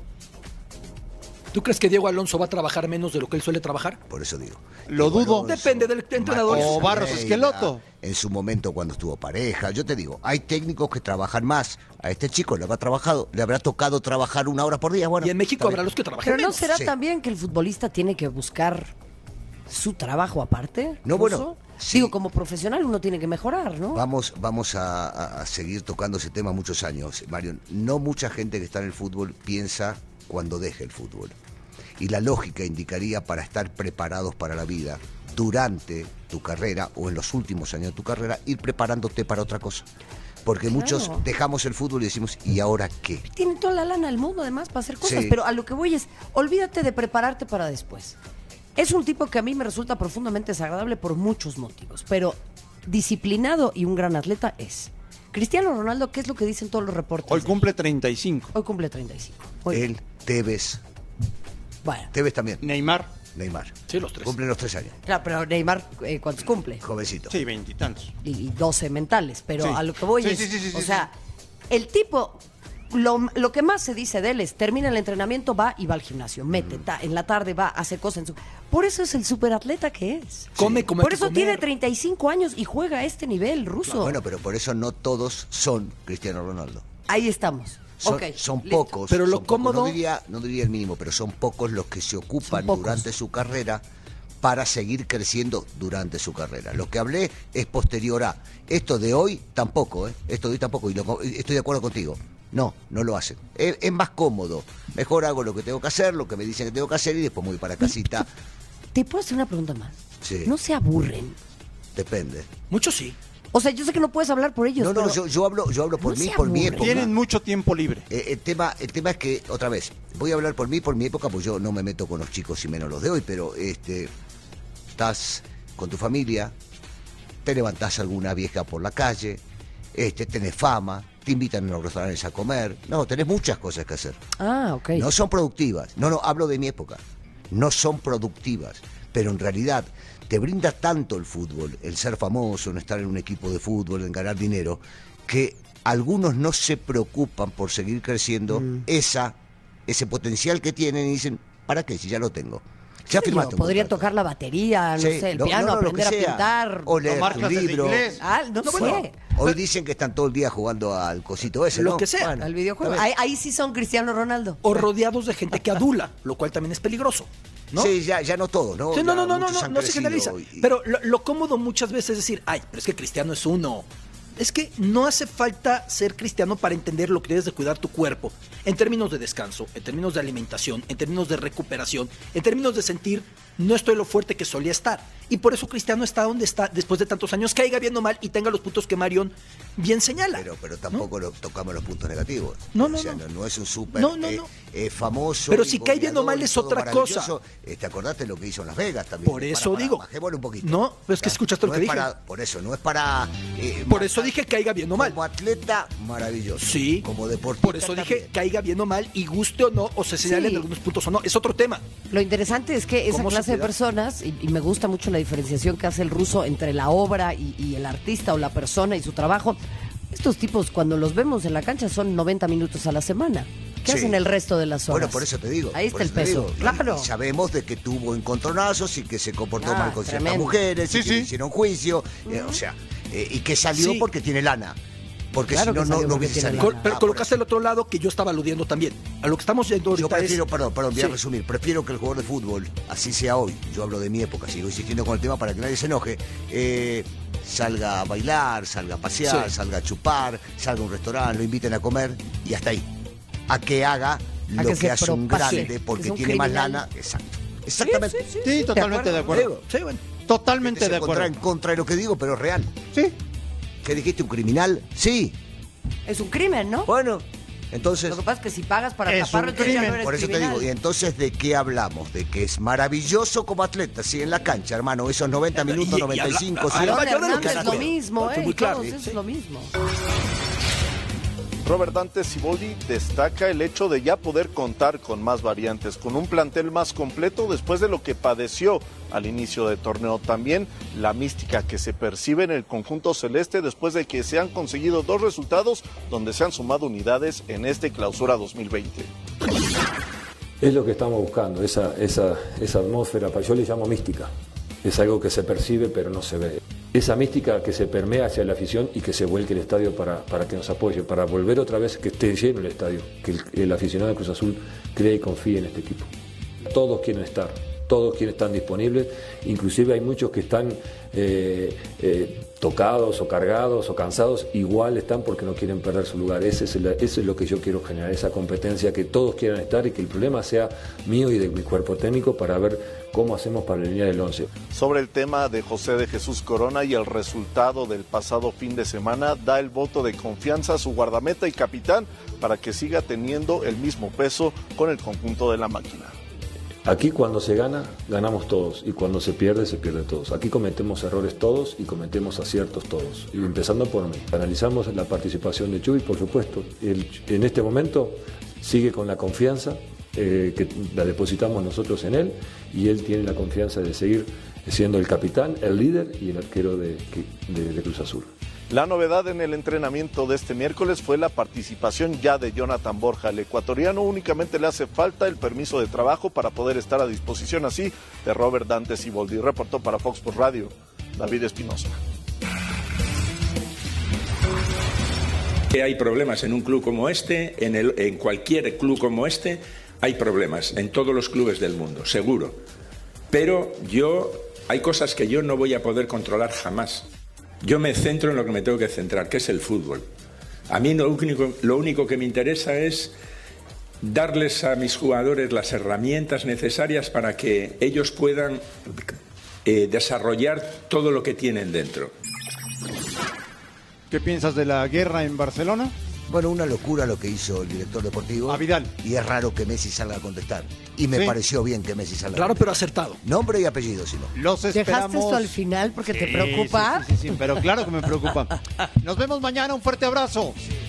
[SPEAKER 6] ¿Tú crees que Diego Alonso va a trabajar menos de lo que él suele trabajar?
[SPEAKER 7] Por eso digo.
[SPEAKER 4] Lo
[SPEAKER 7] Diego
[SPEAKER 4] dudo.
[SPEAKER 7] Alonso,
[SPEAKER 6] depende del entrenador.
[SPEAKER 4] O Barros Esqueloto.
[SPEAKER 7] En su momento cuando estuvo pareja. Yo te digo, hay técnicos que trabajan más. A este chico le habrá trabajado, le habrá tocado trabajar una hora por día. Bueno,
[SPEAKER 6] y en México habrá los que trabajan
[SPEAKER 5] Pero
[SPEAKER 6] menos.
[SPEAKER 5] ¿no será
[SPEAKER 7] sí.
[SPEAKER 5] también que el futbolista tiene que buscar su trabajo aparte?
[SPEAKER 7] No, bueno, sí.
[SPEAKER 5] Digo, como profesional uno tiene que mejorar, ¿no?
[SPEAKER 7] Vamos, vamos a, a, a seguir tocando ese tema muchos años, Marion. No mucha gente que está en el fútbol piensa cuando deje el fútbol. Y la lógica indicaría para estar preparados para la vida durante tu carrera o en los últimos años de tu carrera, ir preparándote para otra cosa. Porque claro. muchos dejamos el fútbol y decimos, ¿y ahora qué?
[SPEAKER 5] Tienen toda la lana del mundo además para hacer cosas,
[SPEAKER 7] sí.
[SPEAKER 5] pero a lo que voy es, olvídate de prepararte para después. Es un tipo que a mí me resulta profundamente desagradable por muchos motivos, pero disciplinado y un gran atleta es. Cristiano Ronaldo, ¿qué es lo que dicen todos los reportes?
[SPEAKER 4] Hoy cumple treinta y cinco.
[SPEAKER 5] Hoy cumple treinta y cinco. Hoy.
[SPEAKER 7] Él, Tevez.
[SPEAKER 5] Bueno.
[SPEAKER 7] Tevez también.
[SPEAKER 4] Neymar.
[SPEAKER 7] Neymar.
[SPEAKER 6] Sí, los tres.
[SPEAKER 7] Cumplen los tres años.
[SPEAKER 5] Claro, pero Neymar, eh, ¿cuántos cumple?
[SPEAKER 7] Jovencito.
[SPEAKER 4] Sí, veintitantos.
[SPEAKER 5] Y, y doce mentales, pero
[SPEAKER 4] sí.
[SPEAKER 5] a lo que voy
[SPEAKER 4] sí,
[SPEAKER 5] es,
[SPEAKER 4] sí, sí, sí,
[SPEAKER 5] o
[SPEAKER 4] sí,
[SPEAKER 5] sea, el tipo, lo, lo que más se dice de él es, termina el entrenamiento, va y va al gimnasio, mete, ta, en la tarde va, hace cosas en su... Por eso es el superatleta que es.
[SPEAKER 6] Come, sí. come
[SPEAKER 5] Por eso
[SPEAKER 6] comer.
[SPEAKER 5] tiene treinta y cinco años y juega a este nivel, ruso.
[SPEAKER 7] No, bueno, pero por eso no todos son Cristiano Ronaldo.
[SPEAKER 5] Ahí estamos.
[SPEAKER 7] Son,
[SPEAKER 5] okay,
[SPEAKER 7] son
[SPEAKER 5] listo.
[SPEAKER 7] pocos,
[SPEAKER 6] pero lo
[SPEAKER 7] son
[SPEAKER 6] cómodo...
[SPEAKER 7] pocos. No diría, no diría el mínimo, pero son pocos los que se ocupan durante su carrera para seguir creciendo durante su carrera. Lo que hablé es posterior a. Esto de hoy tampoco, ¿eh? Esto de hoy tampoco, y lo, estoy de acuerdo contigo. No, no lo hacen. Es, es más cómodo. Mejor hago lo que tengo que hacer, lo que me dicen que tengo que hacer y después me voy para casita.
[SPEAKER 5] ¿Te puedo hacer una pregunta más?
[SPEAKER 7] Sí.
[SPEAKER 5] ¿No se aburren?
[SPEAKER 7] Depende.
[SPEAKER 6] Muchos sí.
[SPEAKER 5] O sea, yo sé que no puedes hablar por ellos.
[SPEAKER 7] No, no,
[SPEAKER 5] pero
[SPEAKER 7] yo, yo hablo, yo hablo por
[SPEAKER 5] no
[SPEAKER 7] mí,
[SPEAKER 5] se
[SPEAKER 7] por mi
[SPEAKER 5] aburren.
[SPEAKER 7] época.
[SPEAKER 4] Tienen mucho tiempo libre.
[SPEAKER 7] Eh, el tema, el tema es que, otra vez, voy a hablar por mí, por mi época, pues yo no me meto con los chicos y menos los de hoy, pero este, estás con tu familia, te levantás alguna vieja por la calle, este, tenés fama, te invitan a los restaurantes a comer. No, tenés muchas cosas que hacer.
[SPEAKER 5] Ah, ok.
[SPEAKER 7] No son productivas. No, no, hablo de mi época. No son productivas, pero en realidad te brinda tanto el fútbol, el ser famoso, en estar en un equipo de fútbol, en ganar dinero, que algunos no se preocupan por seguir creciendo mm. esa, ese potencial que tienen y dicen, ¿para qué? Si ya lo tengo. Ya
[SPEAKER 5] Sí,
[SPEAKER 7] firmaste un
[SPEAKER 5] podría
[SPEAKER 7] contrato.
[SPEAKER 5] tocar la batería, no
[SPEAKER 7] Sí,
[SPEAKER 5] sé, el
[SPEAKER 7] no,
[SPEAKER 5] piano,
[SPEAKER 7] no, no, lo
[SPEAKER 5] aprender
[SPEAKER 7] que
[SPEAKER 5] a
[SPEAKER 7] sea.
[SPEAKER 5] pintar.
[SPEAKER 7] O leer
[SPEAKER 4] Tomar
[SPEAKER 7] tu
[SPEAKER 4] clases de
[SPEAKER 7] libro.
[SPEAKER 4] inglés.
[SPEAKER 5] Ah, no,
[SPEAKER 7] No,
[SPEAKER 5] sé.
[SPEAKER 7] bueno, hoy dicen que están todo el día jugando al cosito ese,
[SPEAKER 6] Lo
[SPEAKER 7] ¿no?
[SPEAKER 6] que sea.
[SPEAKER 7] Bueno,
[SPEAKER 5] Al videojuego.
[SPEAKER 7] está
[SPEAKER 5] Ahí,
[SPEAKER 7] bien.
[SPEAKER 5] ahí sí son Cristiano Ronaldo.
[SPEAKER 6] O rodeados de gente que adula, lo cual también es peligroso, ¿no?
[SPEAKER 7] Sí, ya, ya no todo, ¿no?
[SPEAKER 6] Sí, no,
[SPEAKER 7] Ya
[SPEAKER 6] no, no, no,
[SPEAKER 7] muchos
[SPEAKER 6] no,
[SPEAKER 7] han
[SPEAKER 6] no se
[SPEAKER 7] crecido
[SPEAKER 6] generaliza.
[SPEAKER 7] y-
[SPEAKER 6] Pero lo, lo cómodo muchas veces es decir, ay, pero es que Cristiano es uno. Es que no hace falta ser cristiano para entender lo que debes de cuidar tu cuerpo, en términos de descanso, en términos de alimentación, en términos de recuperación, en términos de sentir, no estoy lo fuerte que solía estar. Y por eso Cristiano está donde está después de tantos años, caiga bien o mal y tenga los puntos que Marion bien señala.
[SPEAKER 7] Pero, pero tampoco lo, tocamos los puntos negativos.
[SPEAKER 6] No,
[SPEAKER 7] O
[SPEAKER 6] no,
[SPEAKER 7] sea,
[SPEAKER 6] no.
[SPEAKER 7] no, no es un súper
[SPEAKER 6] No, no,
[SPEAKER 7] eh,
[SPEAKER 6] no.
[SPEAKER 7] eh, famoso.
[SPEAKER 6] Pero
[SPEAKER 7] y
[SPEAKER 6] si cae bien o mal
[SPEAKER 7] goleador y
[SPEAKER 6] es
[SPEAKER 7] todo
[SPEAKER 6] otra
[SPEAKER 7] maravilloso.
[SPEAKER 6] cosa.
[SPEAKER 7] Eh, ¿Te acordaste lo que hizo en Las Vegas también?
[SPEAKER 6] Por
[SPEAKER 7] Para,
[SPEAKER 6] eso
[SPEAKER 7] para,
[SPEAKER 6] digo.
[SPEAKER 7] bajémosle un poquito.
[SPEAKER 6] No, pero es que
[SPEAKER 7] ¿Ya?
[SPEAKER 6] escuchaste lo
[SPEAKER 7] No
[SPEAKER 6] que
[SPEAKER 7] es
[SPEAKER 6] dije.
[SPEAKER 7] para- por eso, no es para... eh,
[SPEAKER 6] Por eso dije caiga bien o mal.
[SPEAKER 7] Como atleta, maravilloso.
[SPEAKER 6] Sí.
[SPEAKER 7] Como deportista
[SPEAKER 6] Por eso dije
[SPEAKER 7] también.
[SPEAKER 6] caiga bien o mal y guste o no, o se señalen
[SPEAKER 5] Sí.
[SPEAKER 6] algunos puntos o no. Es otro tema.
[SPEAKER 5] Lo interesante es que esa
[SPEAKER 6] ¿Cómo se
[SPEAKER 5] clase de
[SPEAKER 6] cuida?
[SPEAKER 5] personas, y, y me gusta mucho la diferenciación que hace el ruso entre la obra y, y el artista o la persona y su trabajo, estos tipos cuando los vemos en la cancha son noventa minutos a la semana. ¿Qué
[SPEAKER 7] Sí.
[SPEAKER 5] hacen el resto de las horas?
[SPEAKER 7] Bueno, por eso te digo.
[SPEAKER 5] Ahí
[SPEAKER 7] por
[SPEAKER 5] está el
[SPEAKER 7] eso te
[SPEAKER 5] peso.
[SPEAKER 7] digo. Y-
[SPEAKER 5] Claro.
[SPEAKER 7] y sabemos de que tuvo encontronazos y que se comportó
[SPEAKER 5] Ah,
[SPEAKER 7] mal con ciertas
[SPEAKER 5] tremendo.
[SPEAKER 7] mujeres,
[SPEAKER 4] Sí,
[SPEAKER 7] y que
[SPEAKER 4] sí.
[SPEAKER 7] le hicieron juicio, eh, o sea, eh, y que salió
[SPEAKER 6] Sí.
[SPEAKER 7] porque tiene lana. Porque
[SPEAKER 5] Claro
[SPEAKER 7] si no,
[SPEAKER 5] que
[SPEAKER 7] no,
[SPEAKER 5] salió
[SPEAKER 7] no
[SPEAKER 5] porque
[SPEAKER 7] hubiese
[SPEAKER 5] tiene
[SPEAKER 7] salido.
[SPEAKER 5] lana.
[SPEAKER 6] Col- pero
[SPEAKER 7] Ah,
[SPEAKER 6] colocaste
[SPEAKER 7] por
[SPEAKER 6] el otro lado que yo estaba aludiendo también. A lo que estamos yendo
[SPEAKER 7] eso. Yo
[SPEAKER 6] ahorita
[SPEAKER 7] prefiero,
[SPEAKER 6] es...
[SPEAKER 7] perdón, perdón, voy a
[SPEAKER 6] Sí.
[SPEAKER 7] resumir. Prefiero que el jugador de fútbol, así sea hoy, yo hablo de mi época, sigo insistiendo con el tema para que nadie se enoje, eh, salga a bailar, salga a pasear,
[SPEAKER 6] Sí.
[SPEAKER 7] salga a chupar, salga a un restaurante, lo inviten a comer y hasta ahí. A que haga lo
[SPEAKER 5] que
[SPEAKER 7] que,
[SPEAKER 5] se
[SPEAKER 7] hace un
[SPEAKER 5] propase,
[SPEAKER 7] grande
[SPEAKER 5] que
[SPEAKER 7] porque
[SPEAKER 5] es un
[SPEAKER 7] tiene más
[SPEAKER 5] criminal.
[SPEAKER 7] lana. Exacto. Exactamente.
[SPEAKER 4] Sí, totalmente de acuerdo.
[SPEAKER 6] Sí, bueno.
[SPEAKER 4] Totalmente
[SPEAKER 7] Gente
[SPEAKER 4] de
[SPEAKER 7] se pondrá
[SPEAKER 4] acuerdo.
[SPEAKER 7] en contra de lo que digo, pero es real.
[SPEAKER 4] Sí.
[SPEAKER 7] ¿Qué dijiste? ¿Un criminal? Sí.
[SPEAKER 5] Es un crimen, ¿no?
[SPEAKER 7] Bueno, entonces...
[SPEAKER 5] Lo que pasa es que si pagas para
[SPEAKER 4] Es
[SPEAKER 5] taparlo,
[SPEAKER 4] un
[SPEAKER 5] entonces ya no
[SPEAKER 4] crimen.
[SPEAKER 5] eres
[SPEAKER 7] Por eso
[SPEAKER 5] criminal.
[SPEAKER 7] te digo, y entonces ¿de qué hablamos? De que es maravilloso como atleta, sí, en la cancha, hermano, esos noventa minutos,
[SPEAKER 6] y- y
[SPEAKER 7] noventa y cinco,
[SPEAKER 6] habla-
[SPEAKER 7] sí,
[SPEAKER 6] hablaba
[SPEAKER 5] León
[SPEAKER 6] yo de lo
[SPEAKER 5] Hernández
[SPEAKER 6] que
[SPEAKER 5] es lo
[SPEAKER 6] fue.
[SPEAKER 5] mismo,
[SPEAKER 6] Fue
[SPEAKER 5] ¿eh?
[SPEAKER 6] muy claro.
[SPEAKER 5] Todos
[SPEAKER 6] Sí.
[SPEAKER 5] es lo mismo.
[SPEAKER 15] Robert Dante Siboldi destaca el hecho de ya poder contar con más variantes, con un plantel más completo después de lo que padeció al inicio del torneo. También la mística que se percibe en el conjunto celeste después de que se han conseguido dos resultados donde se han sumado unidades en este clausura dos mil veinte.
[SPEAKER 16] Es lo que estamos buscando, esa, esa, esa atmósfera, yo le llamo mística. Es algo que se percibe pero no se ve. Esa mística que se permea hacia la afición y que se vuelque el estadio para, para que nos apoye, para volver otra vez, que esté lleno el estadio, que el, el aficionado de Cruz Azul cree y confíe en este equipo. Todos quieren estar, todos quieren estar disponibles, inclusive hay muchos que están eh, eh, tocados o cargados o cansados, igual están porque no quieren perder su lugar. Ese es el, eso es lo que yo quiero generar, esa competencia, que todos quieran estar y que el problema sea mío y de mi cuerpo técnico para ver cómo hacemos para alinear el once.
[SPEAKER 15] Sobre el tema de José de Jesús Corona y el resultado del pasado fin de semana, da el voto de confianza a su guardameta y capitán para que siga teniendo el mismo peso con el conjunto de la máquina.
[SPEAKER 16] Aquí cuando se gana, ganamos todos, y cuando se pierde, se pierde todos. Aquí cometemos errores todos y cometemos aciertos todos, y empezando por mí. Analizamos la participación de Chuy, por supuesto. Él, en este momento sigue con la confianza eh, que la depositamos nosotros en él, y él tiene la confianza de seguir siendo el capitán, el líder y el arquero de, de, de Cruz Azul.
[SPEAKER 15] La novedad en el entrenamiento de este miércoles fue la participación ya de Jonathan Borja. El ecuatoriano únicamente le hace falta el permiso de trabajo para poder estar a disposición así de Robert Dante Siboldi. Reportó para Fox Sports Radio, David Espinosa.
[SPEAKER 17] Hay problemas en un club como este, en, el, en cualquier club como este, hay problemas, en todos los clubes del mundo, seguro. Pero yo, hay cosas que yo no voy a poder controlar jamás. Yo me centro en lo que me tengo que centrar, que es el fútbol. A mí lo único, lo único que me interesa es darles a mis jugadores las herramientas necesarias para que ellos puedan eh, desarrollar todo lo que tienen dentro.
[SPEAKER 4] ¿Qué piensas de la guerra en Barcelona?
[SPEAKER 7] Bueno, una locura lo que hizo el director deportivo.
[SPEAKER 4] A Vidal.
[SPEAKER 7] Y es raro que Messi salga a contestar. Y me
[SPEAKER 4] Sí.
[SPEAKER 7] pareció bien que Messi salga.
[SPEAKER 6] Raro pero acertado.
[SPEAKER 7] Nombre y apellido, si no.
[SPEAKER 4] Los
[SPEAKER 5] ¿Dejaste
[SPEAKER 4] esperamos.
[SPEAKER 5] esto al final porque te
[SPEAKER 4] Sí,
[SPEAKER 5] preocupa?
[SPEAKER 4] Sí, sí, sí, sí, pero claro que me preocupa. Nos vemos mañana, un fuerte abrazo.